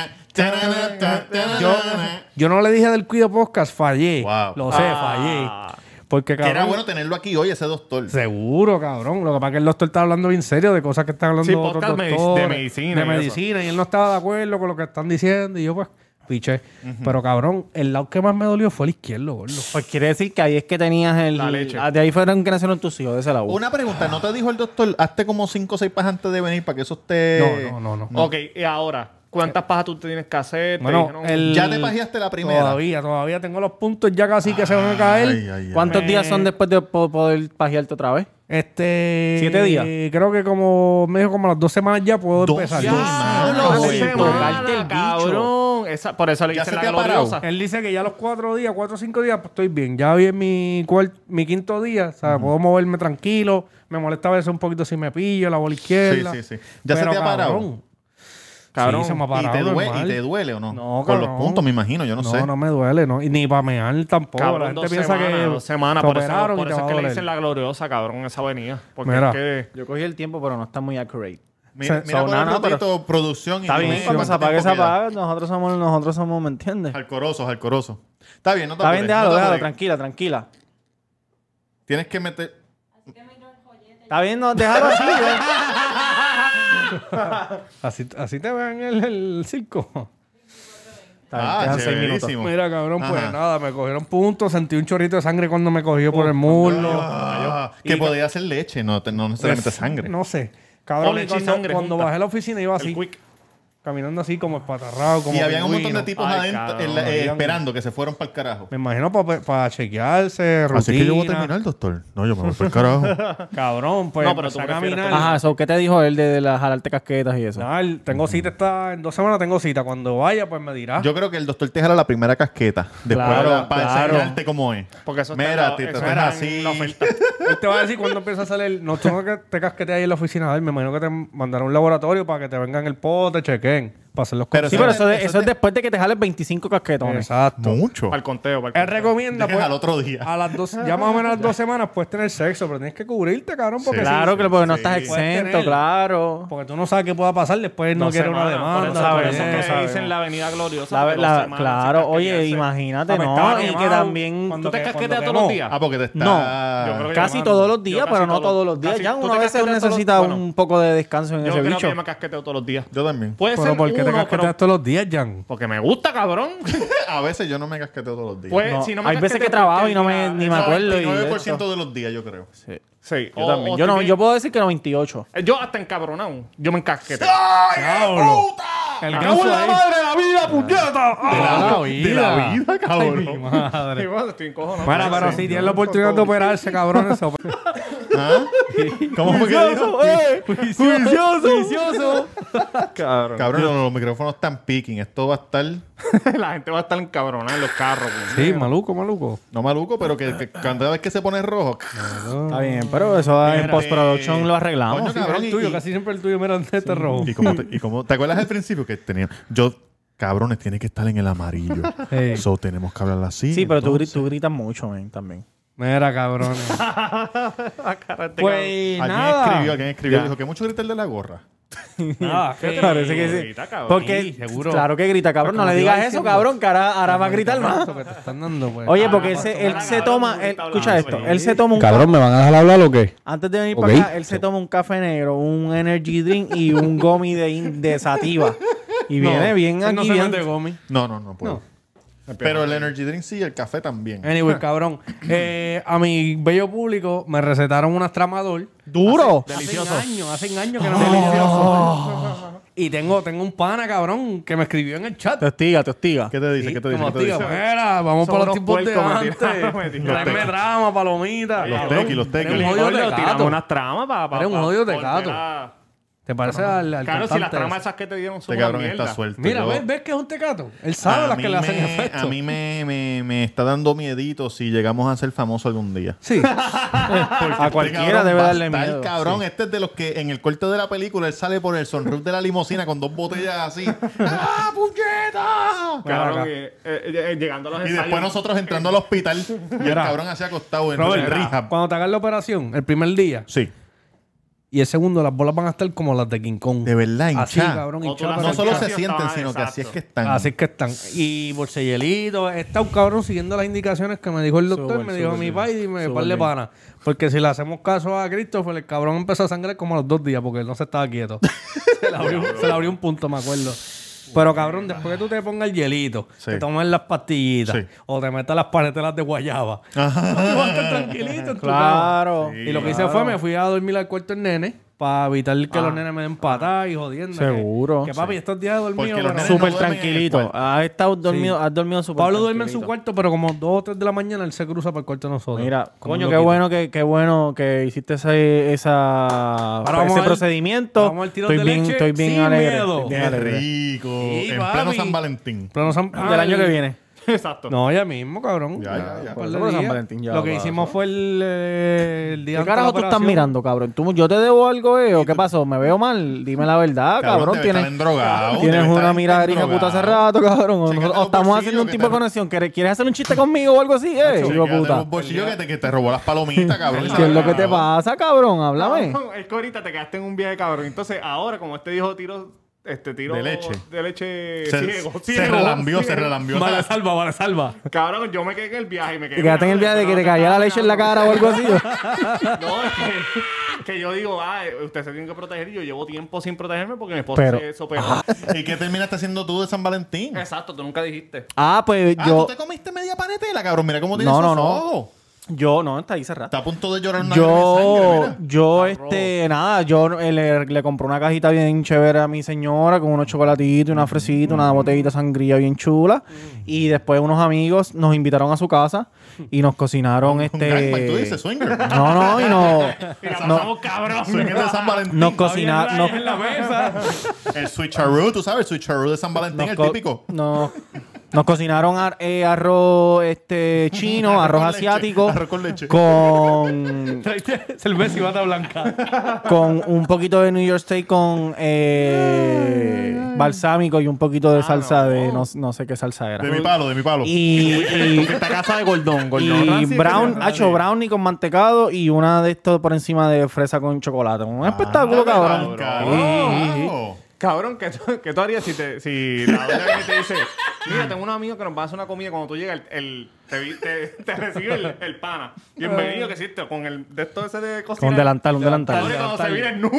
Yo no le dije del Cuido Podcast, fallé. Wow. Lo sé, fallé. Porque, Que cabrón... era bueno tenerlo aquí hoy, ese doctor. Seguro, cabrón. Lo que pasa es que el doctor está hablando bien serio de cosas que están hablando Sí, otros podcast doctores. de medicina De y eso. medicina. Y él no estaba de acuerdo con lo que están diciendo. Y yo, pues, piché. Pero, cabrón, el lado que más me dolió fue el izquierdo, gordo. Pues quiere decir que ahí es que tenías el... La leche. De ahí fueron que nacieron tus hijos, de ese lado. Una pregunta, ¿no te dijo el doctor, hazte como 5 o 6 pajas antes de venir para que eso esté... No. Ok, y ahora, ¿cuántas pajas tú tienes que hacer? Te Bueno, dijeron- el... ¿Ya te pajeaste la primera? Todavía tengo los puntos ya casi que se van a caer. Ay, ay, ay. ¿Cuántos días son después de poder pajearte otra vez? 7 días. Creo que me dijo como las 2 semanas ya puedo 2 empezar. semanas. Dos güey, semanas, tocarte el bicho. cabrón. Por eso le ¿Ya dicen se la te ha parado? gloriosa. Él dice que ya los 4 o 5 días pues, estoy bien. Ya vi en mi quinto día. O sea, puedo moverme tranquilo. Me molesta a veces un poquito si me pillo la bola izquierda. Sí. ¿Ya se Pero, te ha parado? Cabrón. Sí, se me ha ¿Y parado. te, normal. ¿Y te duele o no? No, Con los cabrón. puntos, me imagino, yo no sé. No me duele, ¿no? Y ni para mear tampoco. Cabrón, la gente 2 piensa semanas, que 2 semanas. te Por operaron eso y te es va a que le doler. dicen la gloriosa, cabrón, esa avenida. Porque Mira. es que... Yo cogí el tiempo, pero no está muy accurate. Mira, Se- por un nada, pero- ratito, producción. Está y bien, dime cuando se cuánto apague, se tiempo queda. apaga. Nosotros somos, ¿me entiendes? Jalcoroso. Está bien, no te Está bien, apures, déjalo, no te déjalo. apures. Tranquila. Tienes que meter... Está bien, no, déjalo así. Así te ven el circo. Quedan 6 minutos. chéverísimo. Mira, cabrón, pues Ajá. nada, me cogieron puntos, sentí un chorrito de sangre cuando me cogió por el muslo. Que podía ser leche, no necesariamente sangre. No sé. Cabrón, O leche y y sangre cuando junta. bajé a la oficina iba así, El quick. caminando así como espatarrado, como Y había un montón pingüino. de tipos Ay, adentro cabrón, esperando que se fueron para el carajo. Me imagino para chequearse, rutina. Así que yo voy a terminar, doctor. No, yo me voy para el carajo. Cabrón, pues No, pero empecé tú a prefieres caminar. Ajá, eso, ¿qué te dijo él de las jalarte casquetas y eso? Nada, tengo cita en 2 semanas, tengo cita. Cuando vaya, pues me dirá. Yo creo que el doctor te jala la primera casqueta. Después para claro. enseñarte cómo es. Porque eso está Mira, en te eso traes era en así. la oferta. Él te va a decir cuando empieza a salir. No, tú no que te casquetes ahí en la oficina de él. Me imagino que te mandaron a un laboratorio para que te vengan el pote, chequen. Para hacer los Pero Sí, eso pero es- eso es después de que te jales 25 casquetones. Exacto. Mucho. Para el conteo. Él recomienda, Dejes pues, al otro día. a las 2, ya más o menos a las 2 semanas puedes tener sexo, pero tienes que cubrirte, cabrón, porque Claro, si- porque no estás Puedes exento, tener. claro. porque tú no sabes qué pueda pasar, después no quiere una demanda. Por eso, sabe, por eso no que sabe. dicen la avenida gloriosa. La- porque la- 2 semanas claro, sin oye, casquetearse. imagínate, Ah, pues ¿no? estaba Y que quemado también cuando ¿Tú te que- casqueteas cuando todos los quemó. días? Ah, porque te está... Yo creo que casi llamando. todos los días, Yo pero casi no todos los días. casi- Ya ¿tú uno a te veces casqueteas todos los- necesita bueno, un poco de descanso en Yo ese creo bicho. que yo me casqueteo todos los días. Yo también. Puede Pero ser ¿por qué te uno, casqueteas pero... todos los días, Jan? Porque me gusta, cabrón. A veces yo no me casqueteo todos los días. Pues, No, si no me hay veces que casqueteo trabajo y no cualquier me, día, ni me acuerdo. y 99% de los días, yo creo. Sí, yo también. Yo, no, yo puedo decir que 98. Yo hasta encabronado. Yo me encasqueteo. ¡Diablo! El ganso ahí. de la vida, puñeta! De la vida, cabrón. Madre. Igual estoy encojonado. Bueno, pero si tienes la oportunidad de operarse, cabrón, eso. ¿Ah? ¿Cómo fue que dijo? Juicioso. Cabrón. Cabrón, los micrófonos están picking. Esto va a estar... La gente va a estar encabronada en los carros. Sí, maluco. No maluco, pero que cada vez que se pone rojo... Está bien, pero eso en Mira, postproduction lo arreglamos. coño, cabrón, El tuyo, casi siempre el tuyo, mira, este rojo. ¿Te acuerdas al principio que tenía... Yo, cabrones, tiene que estar en el amarillo. Hey. So, tenemos que hablar así. Sí, pero entonces. tú gritas mucho, man, también. Mira, cabrón. Pues Alguien escribió, Ya. dijo que mucho grita el de la gorra. nada. Parece que sí. Grita, cabrón. Porque, Sí, seguro. claro que grita, cabrón. No le digas eso, cabrón, que ahora va a gritar más. Que te están dando, pues. Oye, porque él se toma... escucha esto. Él se toma un... Cabrón, ¿me van a dejar hablar o qué? Antes de venir Ok. para acá, él se toma un café negro, un energy drink y un gummy de sativa. Y viene bien Él no aquí, se bien... mete gomi. No puedo. Pero el energy drink sí y el café también. Anyway, cabrón. A mi bello público me recetaron unas tramador. ¡Duro! Delicioso. Hacen años que no me delicioso. Y tengo un pana, cabrón, que me escribió en el chat. Te hostiga. ¿Qué te dice? Sí, ¿Qué te dice? como ¿Qué te diga, dice? mira, vamos Son para los unos tiempos de puercos antes. metidos. Traeme drama, palomita. Los Cabrón, tequis, los tequis. eres un jodido Tiramos tecato. unas tramas para... Eres un jodido tecato. ¿Te parece al Claro, si cantante las tramas ese? esas que te dieron son Este una cabrón mierda. está suelto. Mira, Yo- ¿ves que es un tecato? Él sabe las que le hacen efecto. A mí me está dando miedito si llegamos a ser famosos algún día. Sí. A cualquiera Este cabrón debe va a darle estar, miedo. cabrón, este es de los que en el corte de la película él sale por el sunroof de la limusina con 2 botellas así. ¡Ah, puñeta! Cabrón, llegando a los Y ensayos. después nosotros entrando al hospital y el Mira. cabrón así acostado en Robert, el rehab. cuando te hagan la operación, el primer día Sí. y el segundo, las bolas van a estar como las de King Kong. De verdad, Así, hinchá. cabrón, O tú hinchado, las pero No solo se Así sienten, estaban, sino que así es exacto. que están. así es que están. Y bolsellelitos. Está un cabrón siguiendo las indicaciones que me dijo el doctor. Súper, me dijo súper mi bien. pai, dime Súper par de bien. pana. Porque si le hacemos caso a Christopher, el cabrón empezó a sangrar como a los 2 días porque él no se estaba quieto. se le abrió un punto, me acuerdo. Pero cabrón, después que tú te pongas el hielito, Sí. te tomes las pastillitas Sí. o te metas las panetelas de guayaba, tú vas a estar tranquilito en tu cama. Claro. Y lo que hice fue, me fui a dormir al cuarto del nene para evitar que los nenes me den patada y jodiendo. Seguro. Que papi, estos días he dormido. Porque los pero- nenes Súper no duermen en el tranquilito. cuarto. Has dormido súper Pablo duerme en su tranquilito. cuarto, pero como 2 o 3 de la mañana él se cruza para el cuarto de nosotros. Mira, Como coño, un qué loquito. bueno que hiciste vamos ese al- procedimiento. vamos al tirón de leche Estoy bien sin alegre. miedo. Estoy bien Qué alegre. rico. Sí, en papi. pleno San Valentín. Pero no son- Del año que viene. Exacto. No, ya mismo, cabrón. Ya. Un par Por de eso San días. Valentín ya Lo que pasó. hicimos fue el día ¿Qué antes de la carajo tú estás operación. mirando, cabrón? ¿Yo te debo algo, o qué pasó? ¿Me veo mal? Dime la verdad, cabrón. debe estar endrogado, Tienes debe estar una mirada de hija puta hace endrogado. rato, cabrón. O Chécate nosotros- los o estamos bolsillos haciendo un que tipo de te- conexión. ¿Quieres hacer un chiste conmigo o algo así, hijo de Chequéate puta? los bolsillos que te robó las palomitas, cabrón. ¿Qué es lo que te pasa, cabrón? Háblame. Cabrón, es que ahorita te quedaste en un viaje, cabrón. Entonces, ahora, como este dijo tiro tiro De leche. ciego. Se relambió. Vale, salva. Cabrón, yo me quedé en el viaje y me quedé... ¿Te quedaste en el viaje de que te caía la leche en la cara o algo así? No, es que yo digo, usted se tiene que proteger y yo llevo tiempo sin protegerme porque mi esposa se soperó. ¿Y qué terminaste haciendo tú de San Valentín? Exacto, tú nunca dijiste. Pues ¿tú te comiste media panetela, cabrón? Mira cómo tienes esos ojos. Yo, no, está ahí cerrado. Está a punto de llorar una sangre, mira. Nada, yo le compré una cajita bien chévere a mi señora con unos chocolatitos, una fresita, una botellita de sangría bien chula. Y después unos amigos nos invitaron a su casa y nos cocinaron ¿Tú dices swinger? No, y no. Somos cabros. Swinger de San Valentín. Nos cocinaron. En la mesa. El switcheroo, ¿tú sabes? El switcheroo de San Valentín, el típico. Nos cocinaron arroz chino, arroz asiático. Arroz con leche. Con Cerveza y bata blanca. con un poquito de New York Steak con balsámico y un poquito de salsa de no sé qué salsa era. De mi palo. Y Esta casa de Gordón. y brownie con mantecado y una de estos por encima de fresa con chocolate. Un espectáculo, cabrón. Cabrón, ¿qué tú harías si la doña viene y te dice, mira, tengo unos amigos que nos van a hacer una comida cuando tú llegas, te recibe el pana. Bienvenido, que hiciste con el de esto ese de cocina. Con un delantal. Cuando se viene el nudo.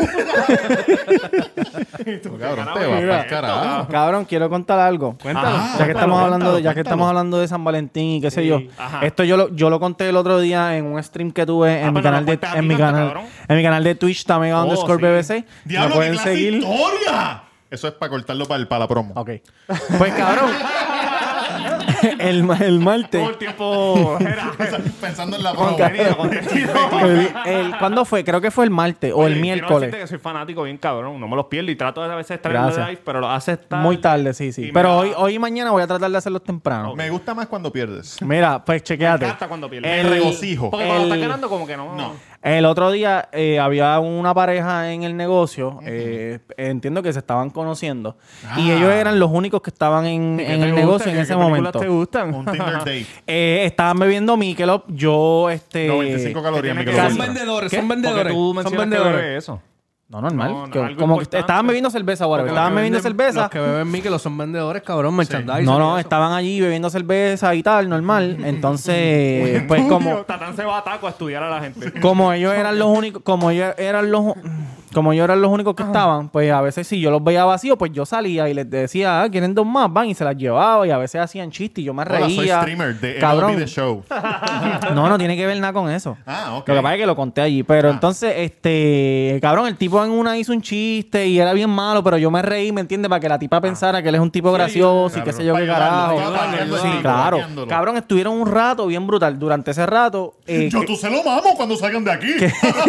Cabrón, te vas pa'l carajo. Cabrón, quiero contar algo. Cuéntalo. Ya que estamos hablando de San Valentín y qué sé yo. Ajá. Esto yo lo conté el otro día en un stream que tuve en mi canal de Twitch, Tamega_BBC. Diablo, Me qué pueden clase de seguir. historia. Eso es para cortarlo para la promo. Ok. Pues cabrón. el martes. Todo el tiempo Pensando en la promo. ¿Cuándo fue? Creo que fue el martes o el miércoles. Que soy fanático bien cabrón. No me los pierdo y trato de a veces estar Gracias. en live, pero lo hace estar... Muy tarde, sí. Y Pero mira- hoy y mañana voy a tratar de hacerlos temprano. Me gusta más cuando pierdes. Mira, pues Me chequéate. encanta cuando pierdes. El regocijo. Porque cuando estás ganando como que no. El otro día había una pareja en el negocio, entiendo que se estaban conociendo, y ellos eran los únicos que estaban en el negocio en ese momento. ¿Te gustan? Un Tinder date. Estaban bebiendo Michelob, yo 95 calorías. ¿Qué mi tiene que Son querido. vendedores. Porque tú Son mencionas que vendedores. bebe eso. No, normal. No, que- algo como que importante. estaban bebiendo cerveza, ahora. Estaban bebiendo cerveza. Los que beben Michelob son vendedores, cabrón, merchandising. No, y eso. estaban allí bebiendo cerveza y tal, normal. Entonces, pues como... Tatán se va a Taco a estudiar a la gente. Como ellos eran los únicos, como ellos eran los únicos que estaban, pues a veces si yo los veía vacíos, pues yo salía y les decía, ¿quieren dos más? Van y se las llevaba y a veces hacían chistes y yo me Hola, soy reía. streamer de Cabrón. MLB The Show. No tiene que ver nada con eso. Ah, ok. Lo que pasa es que lo conté allí. Pero entonces, cabrón, el tipo en una hizo un chiste y era bien malo, pero yo me reí, ¿me entiendes? Para que la tipa pensara que él es un tipo gracioso y qué sé yo qué carajo. Sí, claro. Cabrón, estuvieron un rato bien brutal. Durante ese rato... Tú se lo mamo cuando salgan de aquí.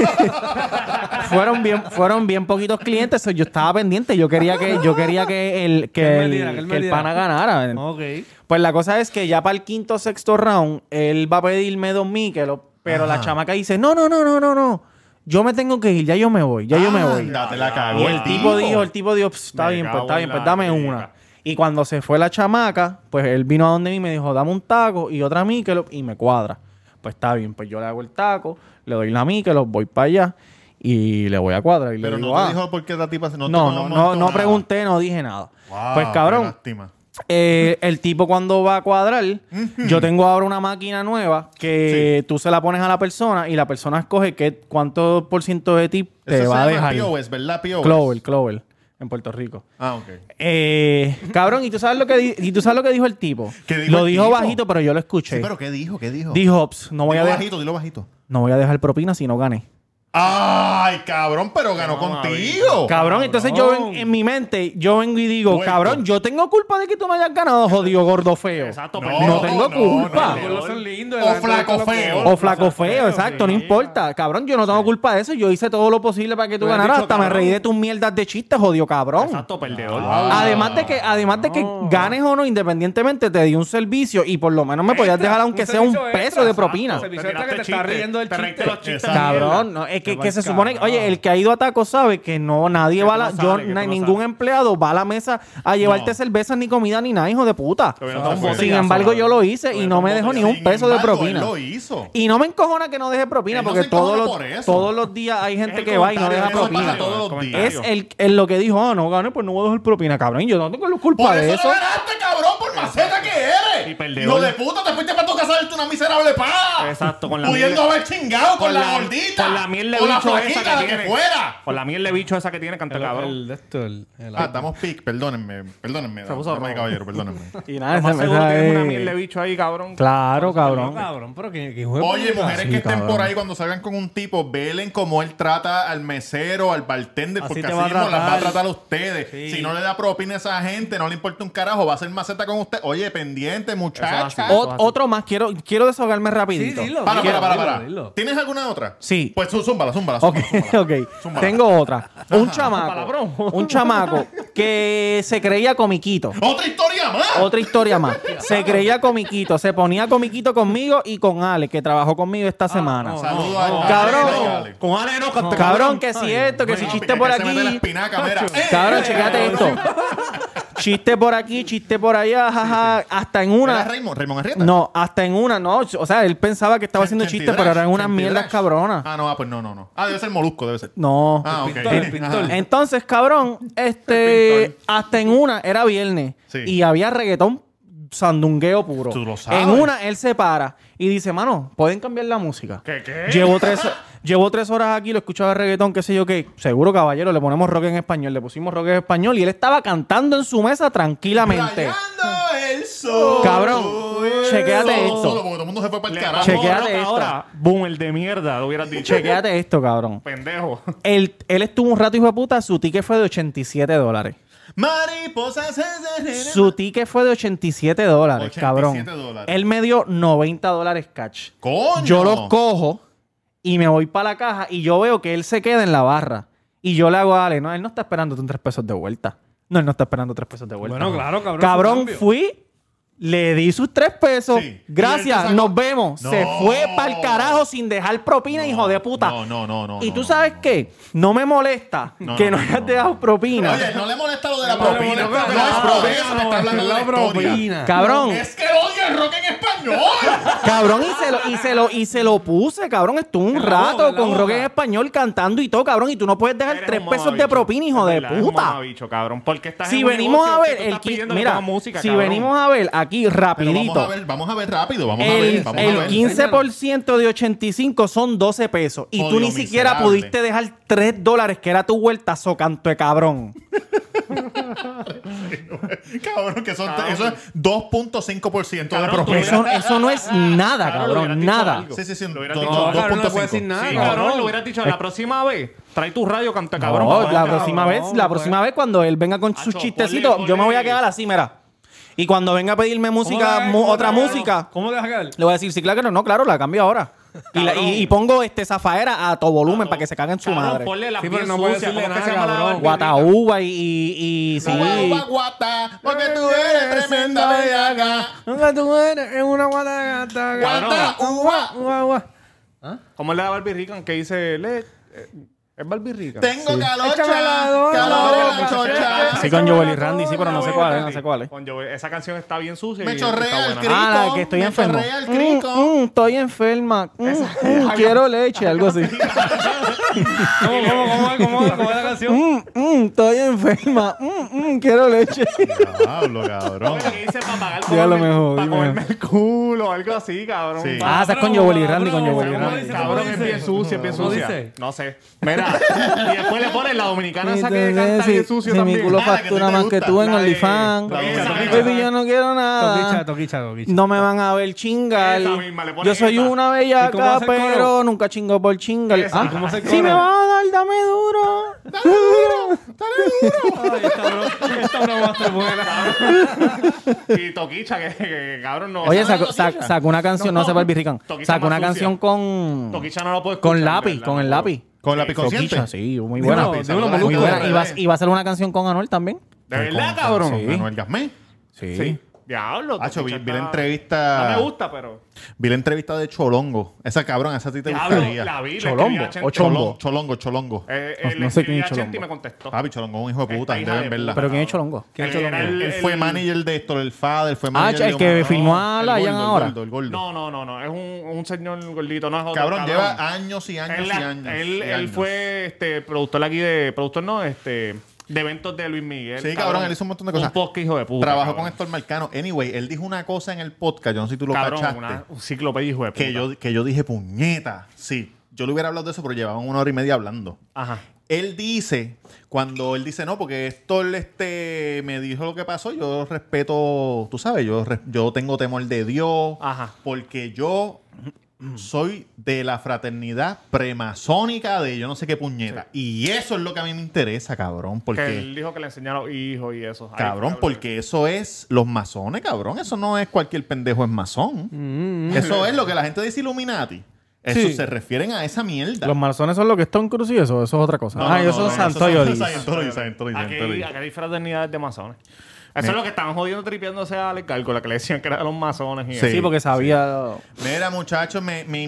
fueron bien poquitos clientes. Yo estaba pendiente. Yo quería que el pana ganara. Ok. Pues la cosa es que ya para el quinto o sexto round, él va a pedirme 2 Michelob, pero la chamaca dice, no. Yo me tengo que ir, ya yo me voy. Te la cagó Y el tipo dijo, está bien, pues dame una. Y cuando se fue la chamaca, pues él vino a donde mí y me dijo, dame un taco y otra Michelob y me cuadra. Pues está bien, pues yo le hago el taco, le doy la Michelob, voy para allá y le voy a cuadrar. Y Pero le no digo, te dijo por qué la tipa se no pregunté, no dije nada. Wow, Pues cabrón, qué lástima. el tipo cuando va a cuadrar, yo tengo ahora una máquina nueva que tú se la pones a la persona y la persona escoge cuánto por ciento de tip te Eso va a se llama dejar. POS, ¿verdad? POS. Clover, en Puerto Rico. Ah, ok. Cabrón, ¿y tú sabes lo que dijo el tipo? ¿Qué dijo Lo el dijo tipo? bajito, pero yo lo escuché. Sí, pero ¿qué dijo? Dijo, no voy a Dilo bajito. no voy a dejar propina si no gané. Ay, cabrón, pero ganó contigo. Cabrón, entonces yo en mi mente, yo vengo y digo, Puerco. cabrón, yo tengo culpa de que tú no hayas ganado, jodido gordo feo. Exacto, No tengo culpa. Los son lindos. O flaco feo. O flaco feo, exacto, no importa. Cabrón, yo no tengo culpa de eso. Yo hice todo lo posible para que tú Tú has ganaras. dicho, Hasta me cabrón. reí de tus mierdas de chistes, jodido cabrón. Exacto, perdedor. Además de que ganes o no, independientemente, te di un servicio y por lo menos me podías dejar aunque sea un peso de propina. Servicio extra que te está riendo del chiste. Exacto. Cabrón, no, es que se supone... Oye, el que ha ido a tacos sabe que no, nadie va a la... ningún empleado va a la mesa a llevarte cerveza, ni comida, ni nada, hijo de puta. Sin embargo, yo lo hice y no me dejó ni un peso de propina. Lo hizo. Y no me encojona que no deje propina, porque todos los días hay gente que va y no deja propina. Es lo que dijo, no, gane, pues no voy a dejar propina, cabrón. Yo no tengo culpa de eso. ¡Por eso ganaste, cabrón! ¡Por maceta que eres! Y perdedor. ¡Hijo de puta! ¡Te fuiste para tu casa a darte una miserable paga! Exacto, con la pudiendo haber chingado con la gordita. Con la miel de con la bicho esa flaquita, que la tiene. que fuera. Con la miel de bicho esa que tiene, canta cabrón. Damos pic. Perdónenme. Dame, caballero, perdónenme. Y nada, Más seguro tienes una miel de bicho ahí, cabrón. Claro, cabrón. Cabrón, pero que Oye, mujeres que estén cabrón. por ahí cuando salgan con un tipo, velen cómo él trata al mesero, al bartender, Así porque te así va a mismo las va a tratar. tratar a ustedes. Sí. Si no le da propina a esa gente, no le importa un carajo, va a hacer maceta con usted. Oye, pendiente, muchacha. Otro más, quiero desahogarme rapidito. Sí, dilo. Para. Dilo. ¿Tienes alguna otra? Sí. Pues zúmbala. Ok. Tengo otra. Un chamaco que se creía comiquito. ¡Otra historia más! Otra historia más. Se creía comiquito. Se ponía comiquito conmigo y con Ale, que trabajó conmigo esta semana. Saludos a Cabrón. Con Ale no, canta Cabrón, que si esto, que si chiste por Se mete la aquí. espinaca, mira. Cabrón, chequéate esto. Chiste por aquí, chiste por allá, jaja. Hasta en ¿Era una. Raymond Arrieta? No, hasta en una, no. O sea, él pensaba que estaba haciendo chistes, pero eran unas mierdas cabronas. Ah, no, pues no. Ah, debe ser Molusco, debe ser. No. Ah, ok. Entonces, cabrón, hasta en una era viernes Sí. y había reggaetón sandungueo puro. Tú lo sabes. En una él se para y dice, mano, ¿pueden cambiar la música? ¿Qué? Llevo 3 horas aquí, lo escuchaba reggaetón, qué sé yo qué. Seguro, caballero, le ponemos rock en español. Le pusimos rock en español y él estaba cantando en su mesa tranquilamente. Rayando el sol. Cabrón, chequéate Solo, esto. porque todo el mundo se fue para el carajo. Chequéate esto. Ahora, boom, el de mierda, lo hubieras dicho. Chequéate esto, cabrón. Pendejo. Él estuvo un rato, hijo de puta, su ticket fue de $87. Mariposas Su ticket fue de $87, cabrón. $87. Él me dio $90 cash. ¡Coño! Yo los cojo y me voy para la caja y yo veo que él se queda en la barra. Y yo le hago a Ale, no, él no está esperando tus 3 pesos de vuelta. No, él no está esperando 3 pesos de vuelta. Bueno, claro, cabrón. Cabrón, cambio. fui, le di sus 3 pesos. Sí. Y él Gracias, te sacó- nos vemos. Se No. fue para el carajo sin dejar propina, hijo de puta. No. Y tú sabes qué, no me molesta que no hayas dejado propina. Oye, no le molesta lo de la No le propina. molesta No es nada, propina, no, me está hablando de la propina. Cabrón, Es que odia el rock en español. cabrón, y se lo puse, cabrón. Estuvo un rato en la con boca. rock en español cantando y todo, cabrón. Y tú no puedes dejar Eres 3 un pesos de mamabicho. propina, hijo de Es verdad, eres un puta. mamabicho, cabrón. Porque estás Si en un venimos negocio a que ver tú el estás pidiendo que mira, ponga música, si cabrón. venimos a ver aquí Pero rapidito, vamos a ver rápido. Vamos a el ver. 15% de 85 son 12 pesos. Y tú Odio ni siquiera miserable. pudiste dejar $3, que era tu vuelta, canto de cabrón. Cabrón, que eso es 2.5% de Cabrón, propina. Eso no es nada, Claro, le cabrón, hubieras dicho nada. algo. Sí. Lo hubieras do- dicho. do- No, cabrón, no puede 2.5. decir nada. Sí, cabrón. cabrón, lo hubieras dicho la próxima vez. Trae tu radio, canta cabrón. No, para la ver, próxima cabrón. vez, la próxima vez cuando él venga con sus Acho, chistecitos, ponle- yo me voy a quedar así, mira. Y cuando venga a pedirme música, otra música, ¿Cómo te vas a quedar? le voy a decir, sí, claro que no, claro, la cambio ahora. Y pongo Zafaera a todo volumen para que se caguen su Cabrón, madre. ponle la Sí, piel pero no puedes sucia. decirle ¿Cómo es que nada, se llama la cabrón. barbirrica? Guataúba y sí. Guata, porque tú eres tremenda bellaca. Nunca tú eres una guata Guata, uva. ¿Cómo es la barbirrica que dice? ¿Es barbirrica? Tengo calocha, Échame la dona. calor en la chocha. Sí, con Joel y Randy, sí, pero no sé cuál es, no sé cuál es. Con Joel, esa canción está bien sucia. Me y chorrea está el buena. crico. Ah, la que estoy me enfermo. chorrea el crico. Estoy enferma. Quiero leche, algo así. ¿Cómo es la canción? Estoy enferma. Quiero leche. Diablo, cabrón. Oye, ¿qué dice para pagar Ya lo comerme- mejor, para dime. comerme el culo? Algo así, cabrón. Sí. Ah, estás con Joel y Randy, con Joel y ¿Cómo Randy. dice? Cabrón, es bien sucia, es bien ¿Cómo sucia. dice? No sé. Mira, y después le ponen la dominicana esa que canta bien sucio si mi también. culo Ah, la que factura te más que gusta. tú en La de- OnlyFans. la de- Baby, yo no quiero nada. Toquicha. No me van a ver chingar. Esa misma, le ponen Yo soy esa. una ¿Y cómo bellaca, hace el coro? pero nunca chingo por chingar. Esa. Ah, ¿Y cómo hace el si coro? me vas a dar, dame duro. Ay, esta broma va a ser buena. Y Toquicha, que cabrón no. Oye, esa- sacó una canción, no se Barbirrican. Toquicha Sacó una más canción sucia. con. Toquicha no lo puedo Con escuchar, lápiz, ¿verdad? con el lápiz. Con la piconsciente. Toquicha, sí, muy Dímelo, buena. dímelo, Muy Molusco. buena. Y va a hacer una canción con Anuel también. ¿De verdad, cabrón? Sí. Manuel Gasmé. Sí. Sí. Diablo. Hacho, vi la entrevista. No me gusta, pero... Vi la entrevista de Cholongo. Esa cabrón, esa a ti te Diablo, gustaría. la vi. ¿Cholombo o Chombo? Cholongo. No sé quién es Chente y Cholombo. me contestó. Papi, Cholongo es un hijo de puta. Esta hija Deben de verla. ¿Pero quién es Cholongo? ¿Quién es Él Cholongo? era Él fue manager de Héctor el Fader. Fue Ah, manager el que filmó a la el Ian gordo, ahora. el gordo. No. Es un señor gordito. No es otro. Cabrón, lleva años y años y años. Él fue productor aquí de... Productor no, de eventos de Luis Miguel. Sí, cabrón, él hizo un montón de cosas. Un podcast hijo de puta. Trabajó cabrón. con Héctor Marcano. Anyway, él dijo una cosa en el podcast. Yo no sé si tú lo Cabrón, cachaste. un ciclopedia hijo de puta. Que yo dije, puñeta. Sí, yo le hubiera hablado de eso, pero llevaban 1 hora y media hablando. Ajá. Él dice, cuando él dice, no, porque Héctor me dijo lo que pasó, yo respeto, tú sabes, yo tengo temor de Dios, Ajá. porque yo soy de la fraternidad premasónica de yo no sé qué puñeta. Y eso es lo que a mí me interesa, cabrón, Que porque... él dijo que le enseñara a los hijos y eso. Ahí Cabrón, fue, porque eso es los masones, cabrón. Eso no es cualquier pendejo es masón. Eso es lo que la gente dice Illuminati. Eso Sí. se refieren a esa mierda. ¿Los masones son los que están Cruz y eso es otra cosa? Ellos son Scientology. Aquí hay fraternidades de masones. Eso es lo que estaban jodiendo tripeándose a Alex Gárgola, que le decían que eran los masones y Sí. eso. Sí, porque sabía... Mira, muchachos,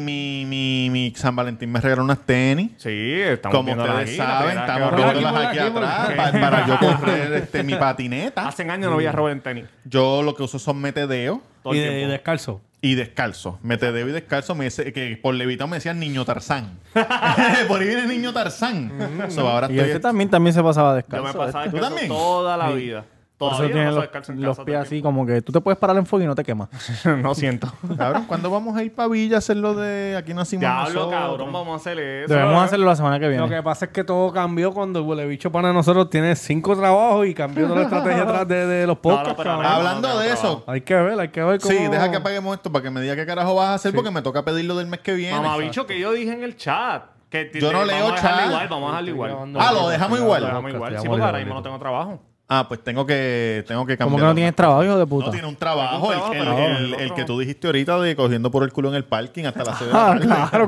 mi San Valentín me regaló unas tenis. Sí, estamos Como viéndolas ustedes aquí, la saben, primera estamos que veo. viéndolas aquí atrás para yo correr mi patineta. Hace años no veía a Robert en tenis. Yo lo que uso son metedeo Todo el Y tiempo. descalzo. y descalzo. Metedeo y descalzo. Que por levitado me decían Niño Tarzán. Por ahí viene Niño Tarzán. So, ahora Y estoy... este también se pasaba Yo descalzo. me pasaba ¿Tú descalzo también? toda la vida. Por eso Todavía tiene paso los, descalzo en los casa pies todo así como que tú te puedes parar en fuego y no te quemas. el tiempo. No siento. Cabrón, ¿cuándo vamos a ir para Villa a hacer lo de Aquí nacimos Diablo, nosotros? cabrón, vamos a hacer eso. Debemos hacerlo la semana que Lo viene. que pasa es que todo cambió cuando el huele bicho para nosotros tiene 5 trabajos y cambió toda la estrategia atrás de los podcasts. pero cabrón. Hablando No, de no, eso, Hay que ver cómo... sí, deja que apaguemos esto para que me diga qué carajo vas a hacer porque me toca pedirlo del mes que viene. Mamá bicho, que yo dije en el chat. Que Yo no leo vamos a dejarlo chat. igual, vamos a dejarlo igual. Lo dejamos Lo igual. dejamos igual. Sí, porque ahora mismo no tengo trabajo. Ah, pues tengo que cambiar. ¿Cómo que no tienes trabajo, hijo de puta? No tiene un trabajo. Tengo un El- trabajo, el- pero el- el el otro que no. tú dijiste ahorita de cogiendo por el culo en el parking hasta las 6 de la tarde.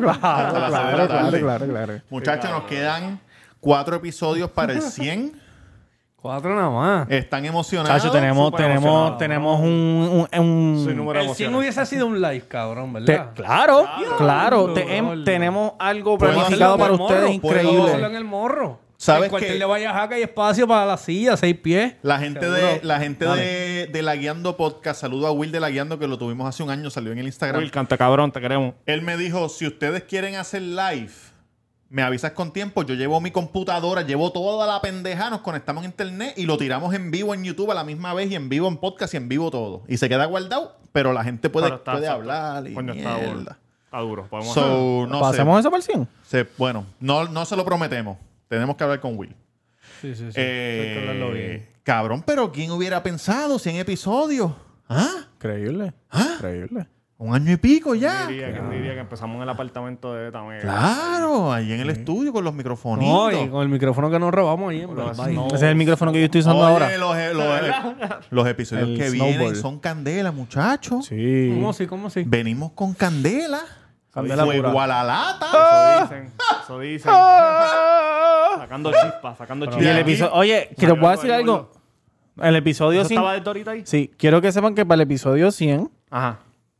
Claro. Muchachos, nos quedan 4 episodios para el 100. 4 nada más. Están emocionados. Chacho, tenemos un Soy número El 100 hubiese sido un live, cabrón, Te- ¿verdad? claro. Claro. Tenemos algo Podemos planificado hacerlo para en el ustedes morro, Hacerlo increíble. en el morro. ¿Sabes el cuartel qué? de Vallajaca hay espacio para la silla, 6 pies. La gente Seguro. de La Guiando Podcast, saludo a Will de La Guiando, que lo tuvimos hace un año, salió en el Instagram. Will, canta cabrón, te queremos. Él me dijo, si ustedes quieren hacer live, me avisas con tiempo. Yo llevo mi computadora, llevo toda la pendeja, nos conectamos a internet y lo tiramos en vivo en YouTube a la misma vez y en vivo en podcast y en vivo todo. Y se queda guardado, pero la gente puede Pero está- puede está- hablar y coño, está duro. mierda. Está duro. Podemos So, no sé. ¿Pasemos eso para el 100? Bueno, no se lo prometemos. Tenemos que hablar con Will. Sí. Hay que hablarlo bien. Cabrón, pero ¿quién hubiera pensado 100 episodios? ¿Ah? Increíble. Increíble. 1 año y pico ya. ¿Quién diría que empezamos en el apartamento de Tamega? Claro, ahí en el estudio con los No, microfonitos. y con el micrófono que nos robamos ahí en Bye. Ese es el micrófono que yo estoy usando Oye, ahora. los episodios El que Snowball. vienen son candela, muchachos. Sí. ¿Cómo sí? Venimos con candela. Candela Fuego pura. a la lata. Eso dicen. Sacando chispas, sacando Y el chispas. episodio... Oye, que te puedo decir algo. El episodio ¿Eso 100... estaba de ahorita ahí? Sí, quiero que sepan que para el episodio 100 Ajá.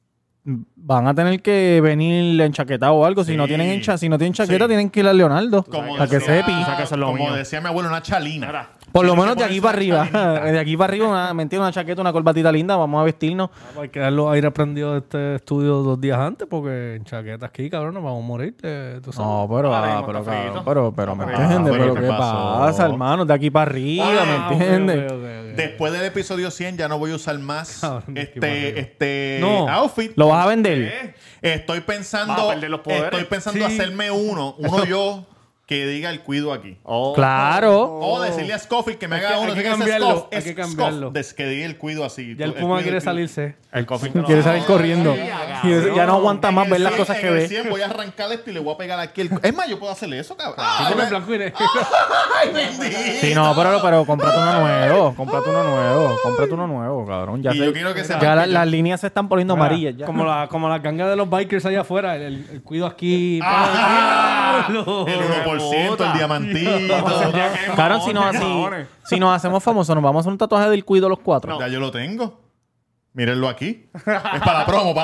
van a tener que venir enchaquetados o algo. Si no tienen si no tienen chaqueta, Sí. tienen que ir a Leonardo. Como Para que decía- sepi. que eso es lo como mío. decía mi abuelo, una chalina. Mira. Por lo Tienen menos que de aquí ponerse para una arriba. chalinita. De aquí para arriba, una chaqueta, una corbatita linda. Vamos a vestirnos. Hay que dar los aire prendidos de este estudio 2 días antes porque en chaqueta aquí, cabrón, nos vamos a morir. Tú sabes. No, pero, Ahora mismo pero, está cabrón, frito. pero, ¿me Ah, entiendes? pero Pero, ¿qué ¿qué pasó? pasa, hermano? De aquí para arriba, ¿me entiendes? Ok. Después del episodio 100 ya no voy a usar más Cabrón, este No. outfit. ¿Lo vas a vender? Estoy Va pensando, a perder los poderes. Sí. hacerme uno yo que diga el cuido aquí. Claro. O decirle a Scofield que me Hay haga que- uno hay que que diga cambiarlo, Scoff, hay es que Scoff, cambiarlo. que diga el cuido así. Ya el cuido, Puma quiere cuido. salirse. El coffee Quiere salir corriendo. Y ya no aguanta más En ver el las 100, cosas que en el ve. 100 voy a arrancar esto y le voy a pegar aquí el... Es más, yo puedo hacerle eso, cabrón. Con el blanco y negro. ¡Ay, bendito! Sí, no, pero cómprate uno nuevo. Cómprate uno nuevo, cabrón. Ya, Y yo quiero que sepan ya que yo- las líneas se están poniendo amarillas ya. Como la ganga de los bikers allá afuera. El cuido aquí. ¡Ah! El ¡Palo! 1%, el diamantito. Cabrón, si nos hacemos famosos, nos vamos a hacer un tatuaje del cuido los 4. Ya yo lo tengo. Mírenlo aquí. Es para la promo.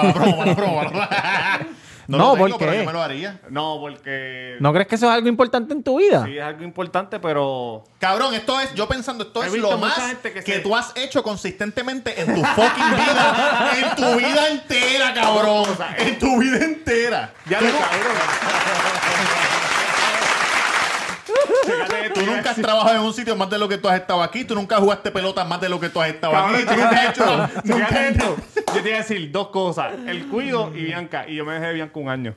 No, lo tengo, ¿por qué? pero yo me lo haría. No, porque... ¿No crees que eso es algo importante en tu vida? Sí, es algo importante, pero... Cabrón, esto es He es visto lo mucha más gente que que tú has hecho consistentemente en tu fucking vida. En tu vida entera, cabrón. En tu vida entera. Ya le Tú nunca has trabajado en un sitio más de lo que tú has estado aquí. Tú nunca jugaste pelota más de lo que tú has estado aquí. Tú nunca has hecho... Fíjate esto. Yo te iba a decir dos cosas. El Cuido y Bianca. Y yo me dejé de Bianca un año.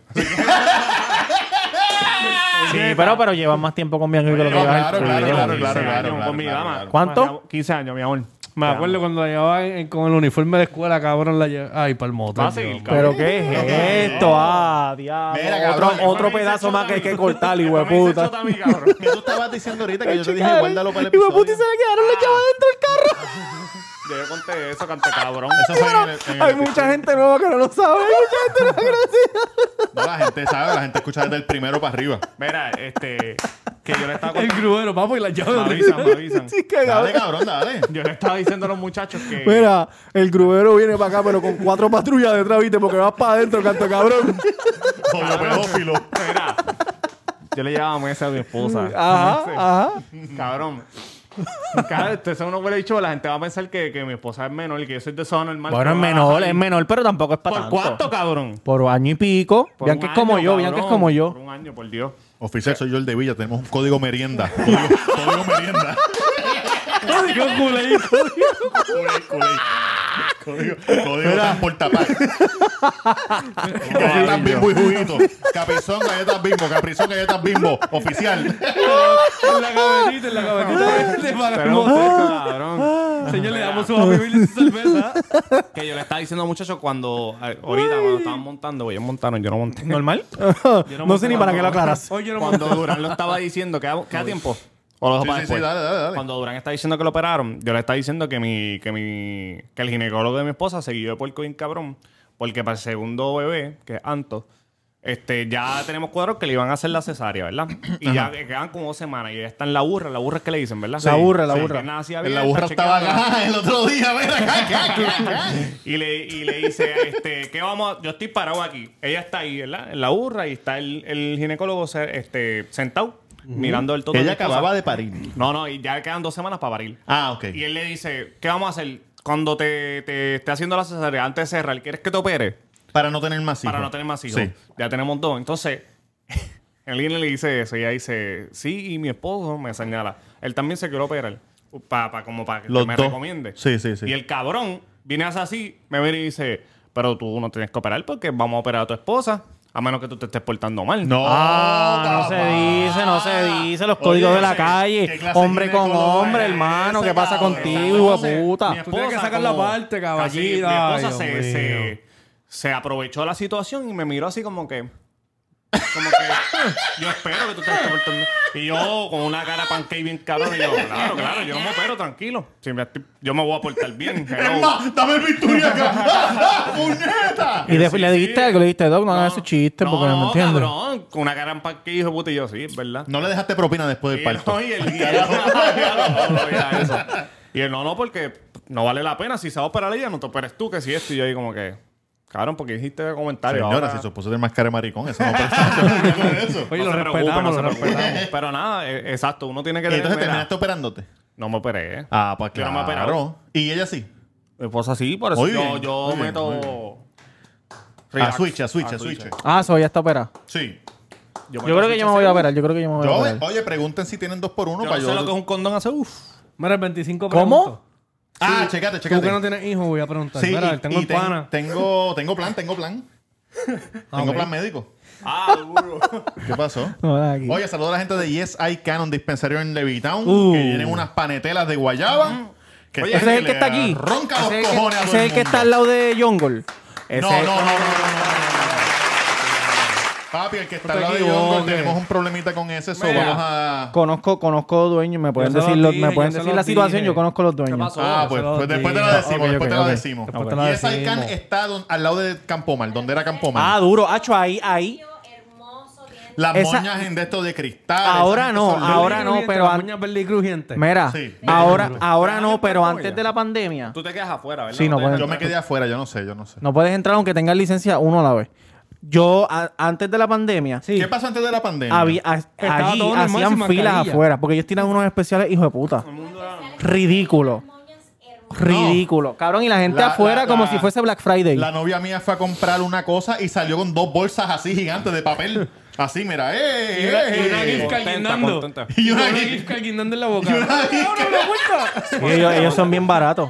Sí, pero llevas más tiempo con Bianca que lo que llevas Claro. Con mi dama. ¿Cuánto? 15 años, mi amor. Me acuerdo cuando la llevaba con el uniforme de escuela, cabrón, la llevaba. Ay, para el motor. Va a seguir, ¿Pero qué es esto? Diablo. Mira, cabrón, Otro pedazo más que hay que cortar, hijo de puta. ¿Qué tú estabas diciendo ahorita? Que yo te dije, guárdalo para el Hijo de episodio. puta, y se le quedaron la chava dentro del carro. Yo conté eso, canté cabrón. Eso fue en el Hay mucha gente nueva que no lo sabe. Hay mucha gente nueva que no lo sabe. No, la gente sabe, la gente escucha desde el primero para arriba. Mira, que yo le estaba El contando. grubero, papo, y la llave. Me avisan. Sí, que Dale, cabrón, dale. Yo le estaba diciendo a los muchachos que... Mira, el grubero viene para acá, pero con 4 patrullas detrás, ¿viste? Porque vas para adentro, canto cabrón. Con los pedófilos. Mira, yo le llevaba meses a mi esposa. Ajá. Cabrón. Eso no huele dicho, la gente va a pensar que mi esposa es menor y que yo soy de zona normal. Bueno, es menor, pero tampoco es para ¿Por tanto. cuánto, cabrón? Por año y pico. Por Bianca un es como año, yo, Bianca es cabrón. como yo. Por un año, por Dios. Oficial, soy yo el de Villa. Tenemos un código merienda. Código merienda. Código transportapac. Galletas Bimbo y juguito. Caprizón, galletas Bimbo. Oficial. En la gavetita. Pero cabrón. Señor, le damos su Happy Meal y su cerveza. Que yo le estaba diciendo a muchachos ahorita cuando estaban montando, ellos montaron, yo no monté. ¿Normal? Yo No sé ni para qué lo aclaras. Oye, yo no Cuando Durán lo estaba diciendo, ¿queda tiempo? ¿O lo dejo para Sí, después? dale. Cuando Durán está diciendo que lo operaron, yo le estaba diciendo que el ginecólogo de mi esposa se guió de puerco bien cabrón, porque para el segundo bebé, que es Anto, ya tenemos cuadros que le iban a hacer la cesárea, ¿verdad? Y ya quedan como 2 semanas y ya está en la burra es que le dicen, ¿verdad? La burra. Que nacía bien, La burra está estaba chequeando. acá el otro día. Ven acá. Y le dice, ¿qué vamos a...? Yo estoy parado aquí. Ella está ahí, ¿verdad? En la burra y está el ginecólogo sentado, mirando el todo. Ella acababa de parir. No, y ya quedan 2 semanas para parir. Ah, ok. Y él le dice, ¿qué vamos a hacer? Cuando te esté haciendo la cesárea, antes de cerrar, ¿quieres que te opere? Para no tener más hijos. Para no tener más hijos. Sí. Ya tenemos 2. Entonces, alguien le dice eso y ella dice, sí, y mi esposo me señala. Él también se quiere operar. Como para que Los me dos. recomiende. Sí. Y el cabrón viene así, me viene y dice, pero tú no tienes que operar porque vamos a operar a tu esposa. A menos que tú te estés portando mal. No. No se dice los códigos de la ¿qué calle. clase Hombre de con ginecólogo hombre, es hermano. ese, ¿Qué pasa cabrón? contigo, hijo de puta? Mi Tú tienes que esposa sacar la como- parte, caballita. Mi Ay, esposa Dios mío. se aprovechó de la situación y me miró así como que yo espero que tú te estés portando. Y yo con una cara pancake bien cabrón. Y yo, claro, yo no me opero, tranquilo. Yo me voy a portar bien. Es más, dame el bisturí acá. ¡Puñeta! Y después le dijiste algo, le dijiste, Doc, no hagas ese chiste porque no me entiendes. cabrón. Con una cara en pancake, hijo de puta. Y yo, sí, es verdad. No le dejaste propina después del parto. Y él, y él, no, porque no vale la pena. Si se va a operar ella, no te operes tú, que si esto. Y yo ahí como que, cabrón, porque dijiste de comentario. Señora, ahora- si su esposo tiene más cara de maricón, eso no presta eso. Oye, No lo se preocupe, respetamos, no lo se preocupe. respetamos. Pero nada, exacto, uno tiene que Y tener... entonces mira, terminaste operándote. no me operé. Ah, pues Yo no me he operado. claro. Y ella sí. Mi esposa sí, por eso Muy bien, yo muy bien, meto... muy bien. relax. A switch. Eso ya está operado. Sí. Yo creo que yo me voy a operar. Oye, pregunten si tienen 2x1 Yo para no sé lo que es un condón hace... Mira, el 25 ¿Cómo? pregunto. Ah, chécate. Tú que no tienes hijos, voy a preguntar. Sí, Mira, tengo el pana. tengo plan. Tengo ok. plan médico. Ah, duro. ¿Qué pasó? Aquí. Oye, saludo a la gente de Yes I Can, un dispensario en Levittown, Uh. que tienen unas panetelas de guayaba. Que Oye, Ese es el que está aquí. Ronca los Ese es el que- cojones a todo ese es el que está al lado de Jungle. No. Papi, el que está al lado de equivoques. Jungle, tenemos un problemita con ese, so Mira. vamos a... Conozco dueños, me pueden Yo se decir, los me dije, pueden yo se decir los la situación, dije. yo conozco los dueños. pasó? Ah, pues, se lo después te lo dije. decimos, Ok, después te ok. lo decimos. Después te lo Yes I Can decimos. está al lado de Campomar, donde era Campomar. Ah, duro, hacho, ahí. Hermoso, tiene Las esa- moñas en de estos de cristal. Ahora esas no, son ahora lindas. no, Crujiente, pero las an- uñas verdes y crujientes. Mira, Sí. ahora no, pero antes de la pandemia Tú te quedas afuera, ¿verdad? Sí, no te pueden- Yo dejan me quedé afuera, yo no sé. no puedes entrar aunque tengas licencia uno a la vez. Yo, antes de la pandemia, Sí. ¿Qué pasó antes de la pandemia? Estaba allí todo normal, hacían sin filas mascarilla. afuera porque ellos tiran unos especiales, hijo de puta. Ridículo. Ridículo. Cabrón, y la gente La- afuera la- como la- si fuese Black Friday. La novia mía fue a comprar una cosa y salió con 2 bolsas así gigantes de papel. Así, mira. Y una gift card Contenta, guindando. contenta. Y una Una gift- gift card guindando en la boca. y una gift Sí, ellos son bien baratos.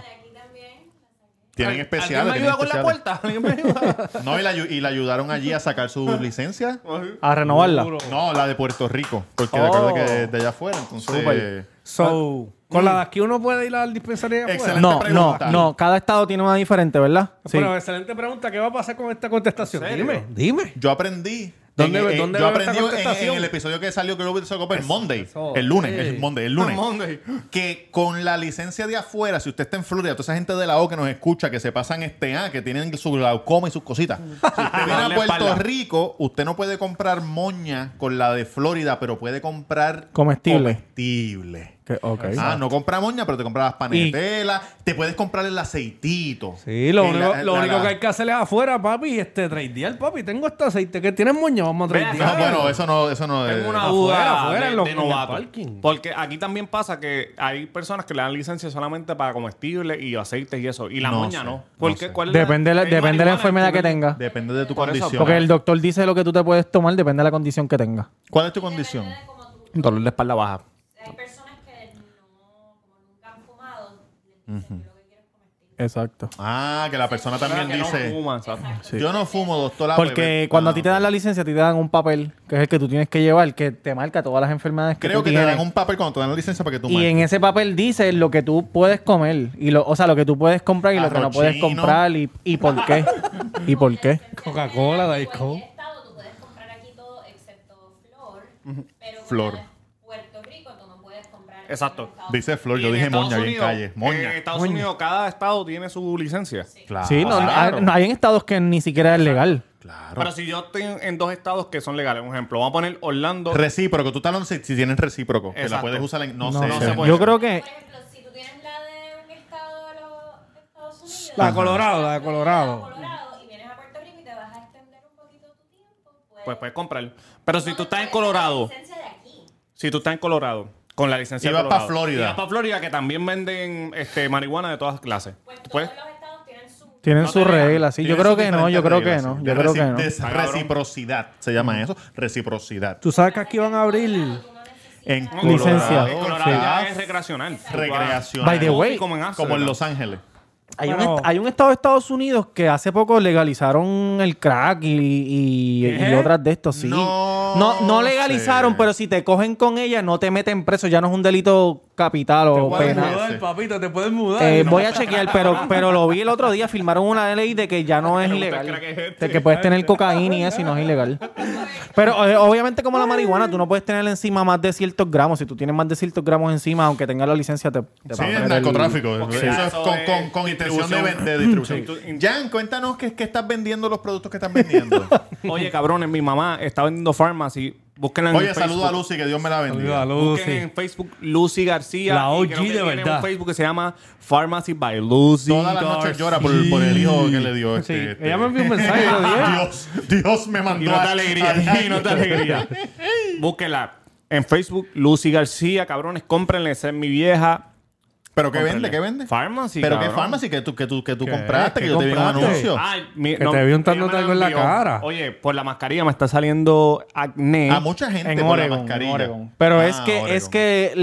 Tienen especiales. ¿Alguien me ayuda con la tienen puerta? ¿Alguien me ayuda? especiales. No, y la ayudaron allí a sacar su licencia. A renovarla. No, la de Puerto Rico. Porque Oh. recuerda que es de allá afuera. Entonces, Súper. So, con la de aquí uno puede ir al dispensario de afuera. Excelente. No, no, pregunta. no. Cada estado tiene una diferente, ¿verdad? Sí. Pero excelente pregunta. ¿Qué va a pasar con esta contestación? Dime. yo aprendí. ¿Dónde yo veo esta aprendí en contestación? el episodio que salió, creo que sacó el Monday. El lunes. El Monday, el lunes. Monday. Que con la licencia de afuera, si usted está en Florida, toda esa gente de la O que nos escucha, que se pasan que tienen su glaucoma y sus cositas. Si usted viene a Darle Puerto espalda. Rico, usted no puede comprar moña con la de Florida, pero puede comprar Comestible. comestible. Ok. No compra moña, pero te compras las panetelas. Te puedes comprar el aceitito. Sí, lo Y único, la- lo la- único la- que hay que hacer es afuera, papi, tradear, papi. Tengo este aceite que tiene moño, vamos a Vea, tradear. No, bueno, eso no es. Tengo una afuera, duda afuera, de, en los- de en el novato. parking. Porque aquí también pasa que hay personas que le dan licencia solamente para comestibles y aceites y eso. Y la No moña sé, no. no sé. ¿Cuál es Depende de la marihuana, enfermedad que tenga. Depende de tu Por eso, condición. Porque el doctor dice lo que tú te puedes tomar, depende de la condición que tenga. ¿Cuál es tu condición? Un dolor de espalda baja. Hay personas que no, como nunca han fumado, les dicen que lo que quieren es comestible. Exacto. Ah, que la persona también Que no dice. fuman, ¿sabes? Yo no fumo, doctora. Porque cuando a ti te dan la licencia, a ti te dan un papel, que es el que tú tienes que llevar, que te marca todas las enfermedades que Creo tú que te tienes. dan un papel cuando te dan la licencia para que tú Y en ese papel dice lo que tú puedes comer. O sea, lo que tú puedes comprar y lo que no puedes Arrochino. comprar y por qué. ¿Y por qué? Coca-Cola, Diet En Coke. cualquier estado tú puedes comprar aquí todo excepto flor, pero Flor. en Puerto Rico tú no puedes comprar. Exacto. en Estados Dice Flor, Y yo en dije Estados moña bien Unidos- calle. Moña. En Estados Unidos, cada estado tiene su licencia. Claro. Sí, no, claro. hay en estados que ni siquiera es legal. Claro. Pero si yo estoy en 2 estados que son legales, un ejemplo, vamos a poner Orlando. Recíproco. Tú estás hablando si tienes recíproco. Que la Exacto. puedes usar en. No, No sé. sé. se puede. Yo creo que Por ejemplo, si tú tienes la de un estado de los Estados Unidos, La de Colorado, la de tú Colorado. vienes a Colorado y vienes a Puerto Rico y te vas a extender un poquito tu tiempo, Pues puedes comprar. Pero si tú estás en Colorado, licencia de aquí. si tú estás en Colorado, con la licencia Y de vas Colorado. pa' Florida. Y vas para Florida, que también venden marihuana de todas clases. Pues todos Pues, los estados tienen su... tienen No sus te dejan. reglas. Sí, yo Tiene creo sus que no, yo diferentes creo que reglas, no. sí. Yo De creo que reci- no. de Está cabrón. reciprocidad. Se llama eso. Reciprocidad. Tú sabes que aquí van a abrir. En Licencia. En Colorado sí. ya es recreacional. Recreacional. By the way, como en Como en Los Ángeles. Hay un estado de Estados Unidos que hace poco legalizaron el crack y otras de estos, sí. No legalizaron, sé. pero si te cogen con ella, no te meten preso. Ya no es un delito capital o Puedes penal. mudar, papito, te puedes mudar. Voy a chequear, pero lo vi el otro día. Firmaron una ley de que ya no es Pero ilegal. usted cree que es este. De que puedes tener cocaína y eso y no es ilegal. Pero obviamente como la marihuana, tú no puedes tener encima más de ciertos gramos. Si tú tienes más de ciertos gramos encima, aunque tengas la licencia, te Sí, va a es meter narcotráfico. Porque Eso ya es eso con, es con intención de, distribución. de distribución. Sí. Jan, cuéntanos qué estás vendiendo los productos que estás vendiendo. Oye, cabrones, mi mamá está vendiendo Pharmacy. Búsquenla en Oye, Facebook. saludo a Lucy, que Dios me la bendiga. Saluda a Busquen Lucy. en Facebook Lucy García. La y OG creo que de tiene verdad. un Facebook que se llama Pharmacy by Lucy. Todas las noches llora por el hijo que le dio. Sí, ella me envió un mensaje el otro día. Dios me mandó Y no te alegría. Y no te alegría. Búsquenla en Facebook Lucy García, cabrones. Cómprenle. Esa es mi vieja. ¿Pero qué Cómprenle. vende? ¿Qué vende? Pharmacy, ¿Pero qué cabrón. pharmacy que tú ¿Qué? compraste? ¿Qué Que yo te vi en un compraste? anuncio. Ay, Que te vi untándote ella me la algo en la envió. cara. Oye, por la mascarilla me está saliendo acné. A mucha gente en por Oregon, la en mascarilla. Oregon. Pero Ah, es Oregon. que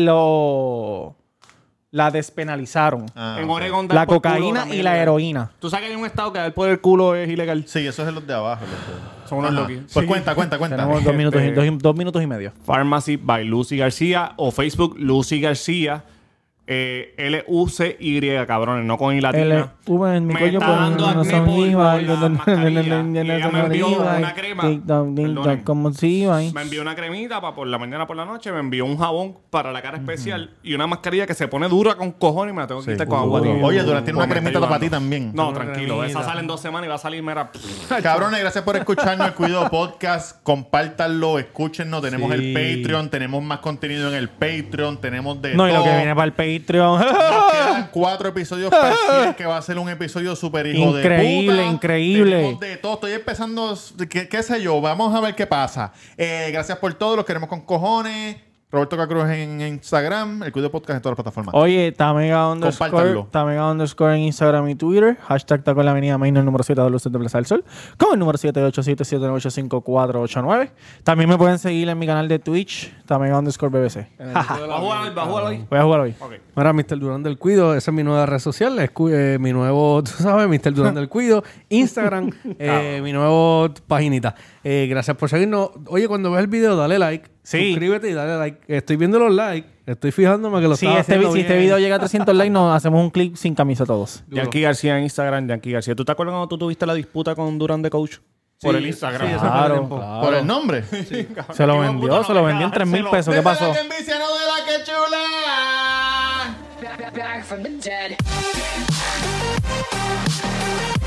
la despenalizaron. Ah, En ok. Oregon da La por culo cocaína también y la ilegal. heroína. Tú sabes que hay un estado que dar por el culo es ilegal. Sí, esos son los de abajo. Los de- Son unos Ajá. loquis. Pues Sí. cuenta. Tenemos 2 minutos, y, dos minutos y medio. Pharmacy by Lucy García o Facebook Lucy García. Lucy, cabrones, no con I latina. V en mi Me cuello está por dando no acné son por IVA. la mascarilla. Y ella me envió una crema. Perdonen. Como si iba ahí. Me envió una cremita para por la mañana por la noche. Me envió un jabón para la cara especial y una mascarilla que se pone dura con cojones y me la tengo que quitar con agua tibia. Oye, Durán tiene una Porque me cremita está para ti ayudando. también. No, tranquilo. Esa sale en 2 semanas y va a salir mera. Cabrones, gracias por escucharnos el Cuido Podcast. Compártanlo, escúchennos. Tenemos el Patreon, tenemos más contenido en el Patreon, tenemos de No, y todo. lo que viene para el Patreon. Nos quedan 4 episodios para el 100, que va a ser un episodio súper hijo de puta. Increíble. Tenemos de todo. Estoy empezando, qué sé yo. Vamos a ver qué pasa. Gracias por todo. Los queremos con cojones. Roberto Cacruz en Instagram. El Cuido Podcast en todas las plataformas. Oye, Tamega Compártanlo. _ en Instagram y Twitter. Hashtag Taco en la Avenida Main, el número 7 de Luces de Plaza del Sol. Con el número 787-798-5489. También me pueden seguir en mi canal de Twitch. Tamega _ BBC. Va a jugar hoy. Voy a jugar hoy. Ok. Mira, Mr. Durán del Cuido, esa es mi nueva red social, mi nuevo, tú sabes, Mr. Durán del Cuido, Instagram, mi nuevo paginita. Gracias por seguirnos. Oye, cuando veas el video, dale like, suscríbete y dale like. Estoy viendo los likes, estoy fijándome que lo Si estás haciendo este bien. video llega a 300 likes, nos hacemos un clip sin camisa todos. Yankee García en Instagram, Yankee García. ¿Tú te acuerdas cuando tú tuviste la disputa con Durán de Coach? Por el Instagram. Sí, eso fue hace Claro, tiempo. claro. ¿Por el nombre? Se lo vendió en 3,000 pesos. ¿Qué pasó? ¡De la que envicia, no de la que chula! Back from the dead.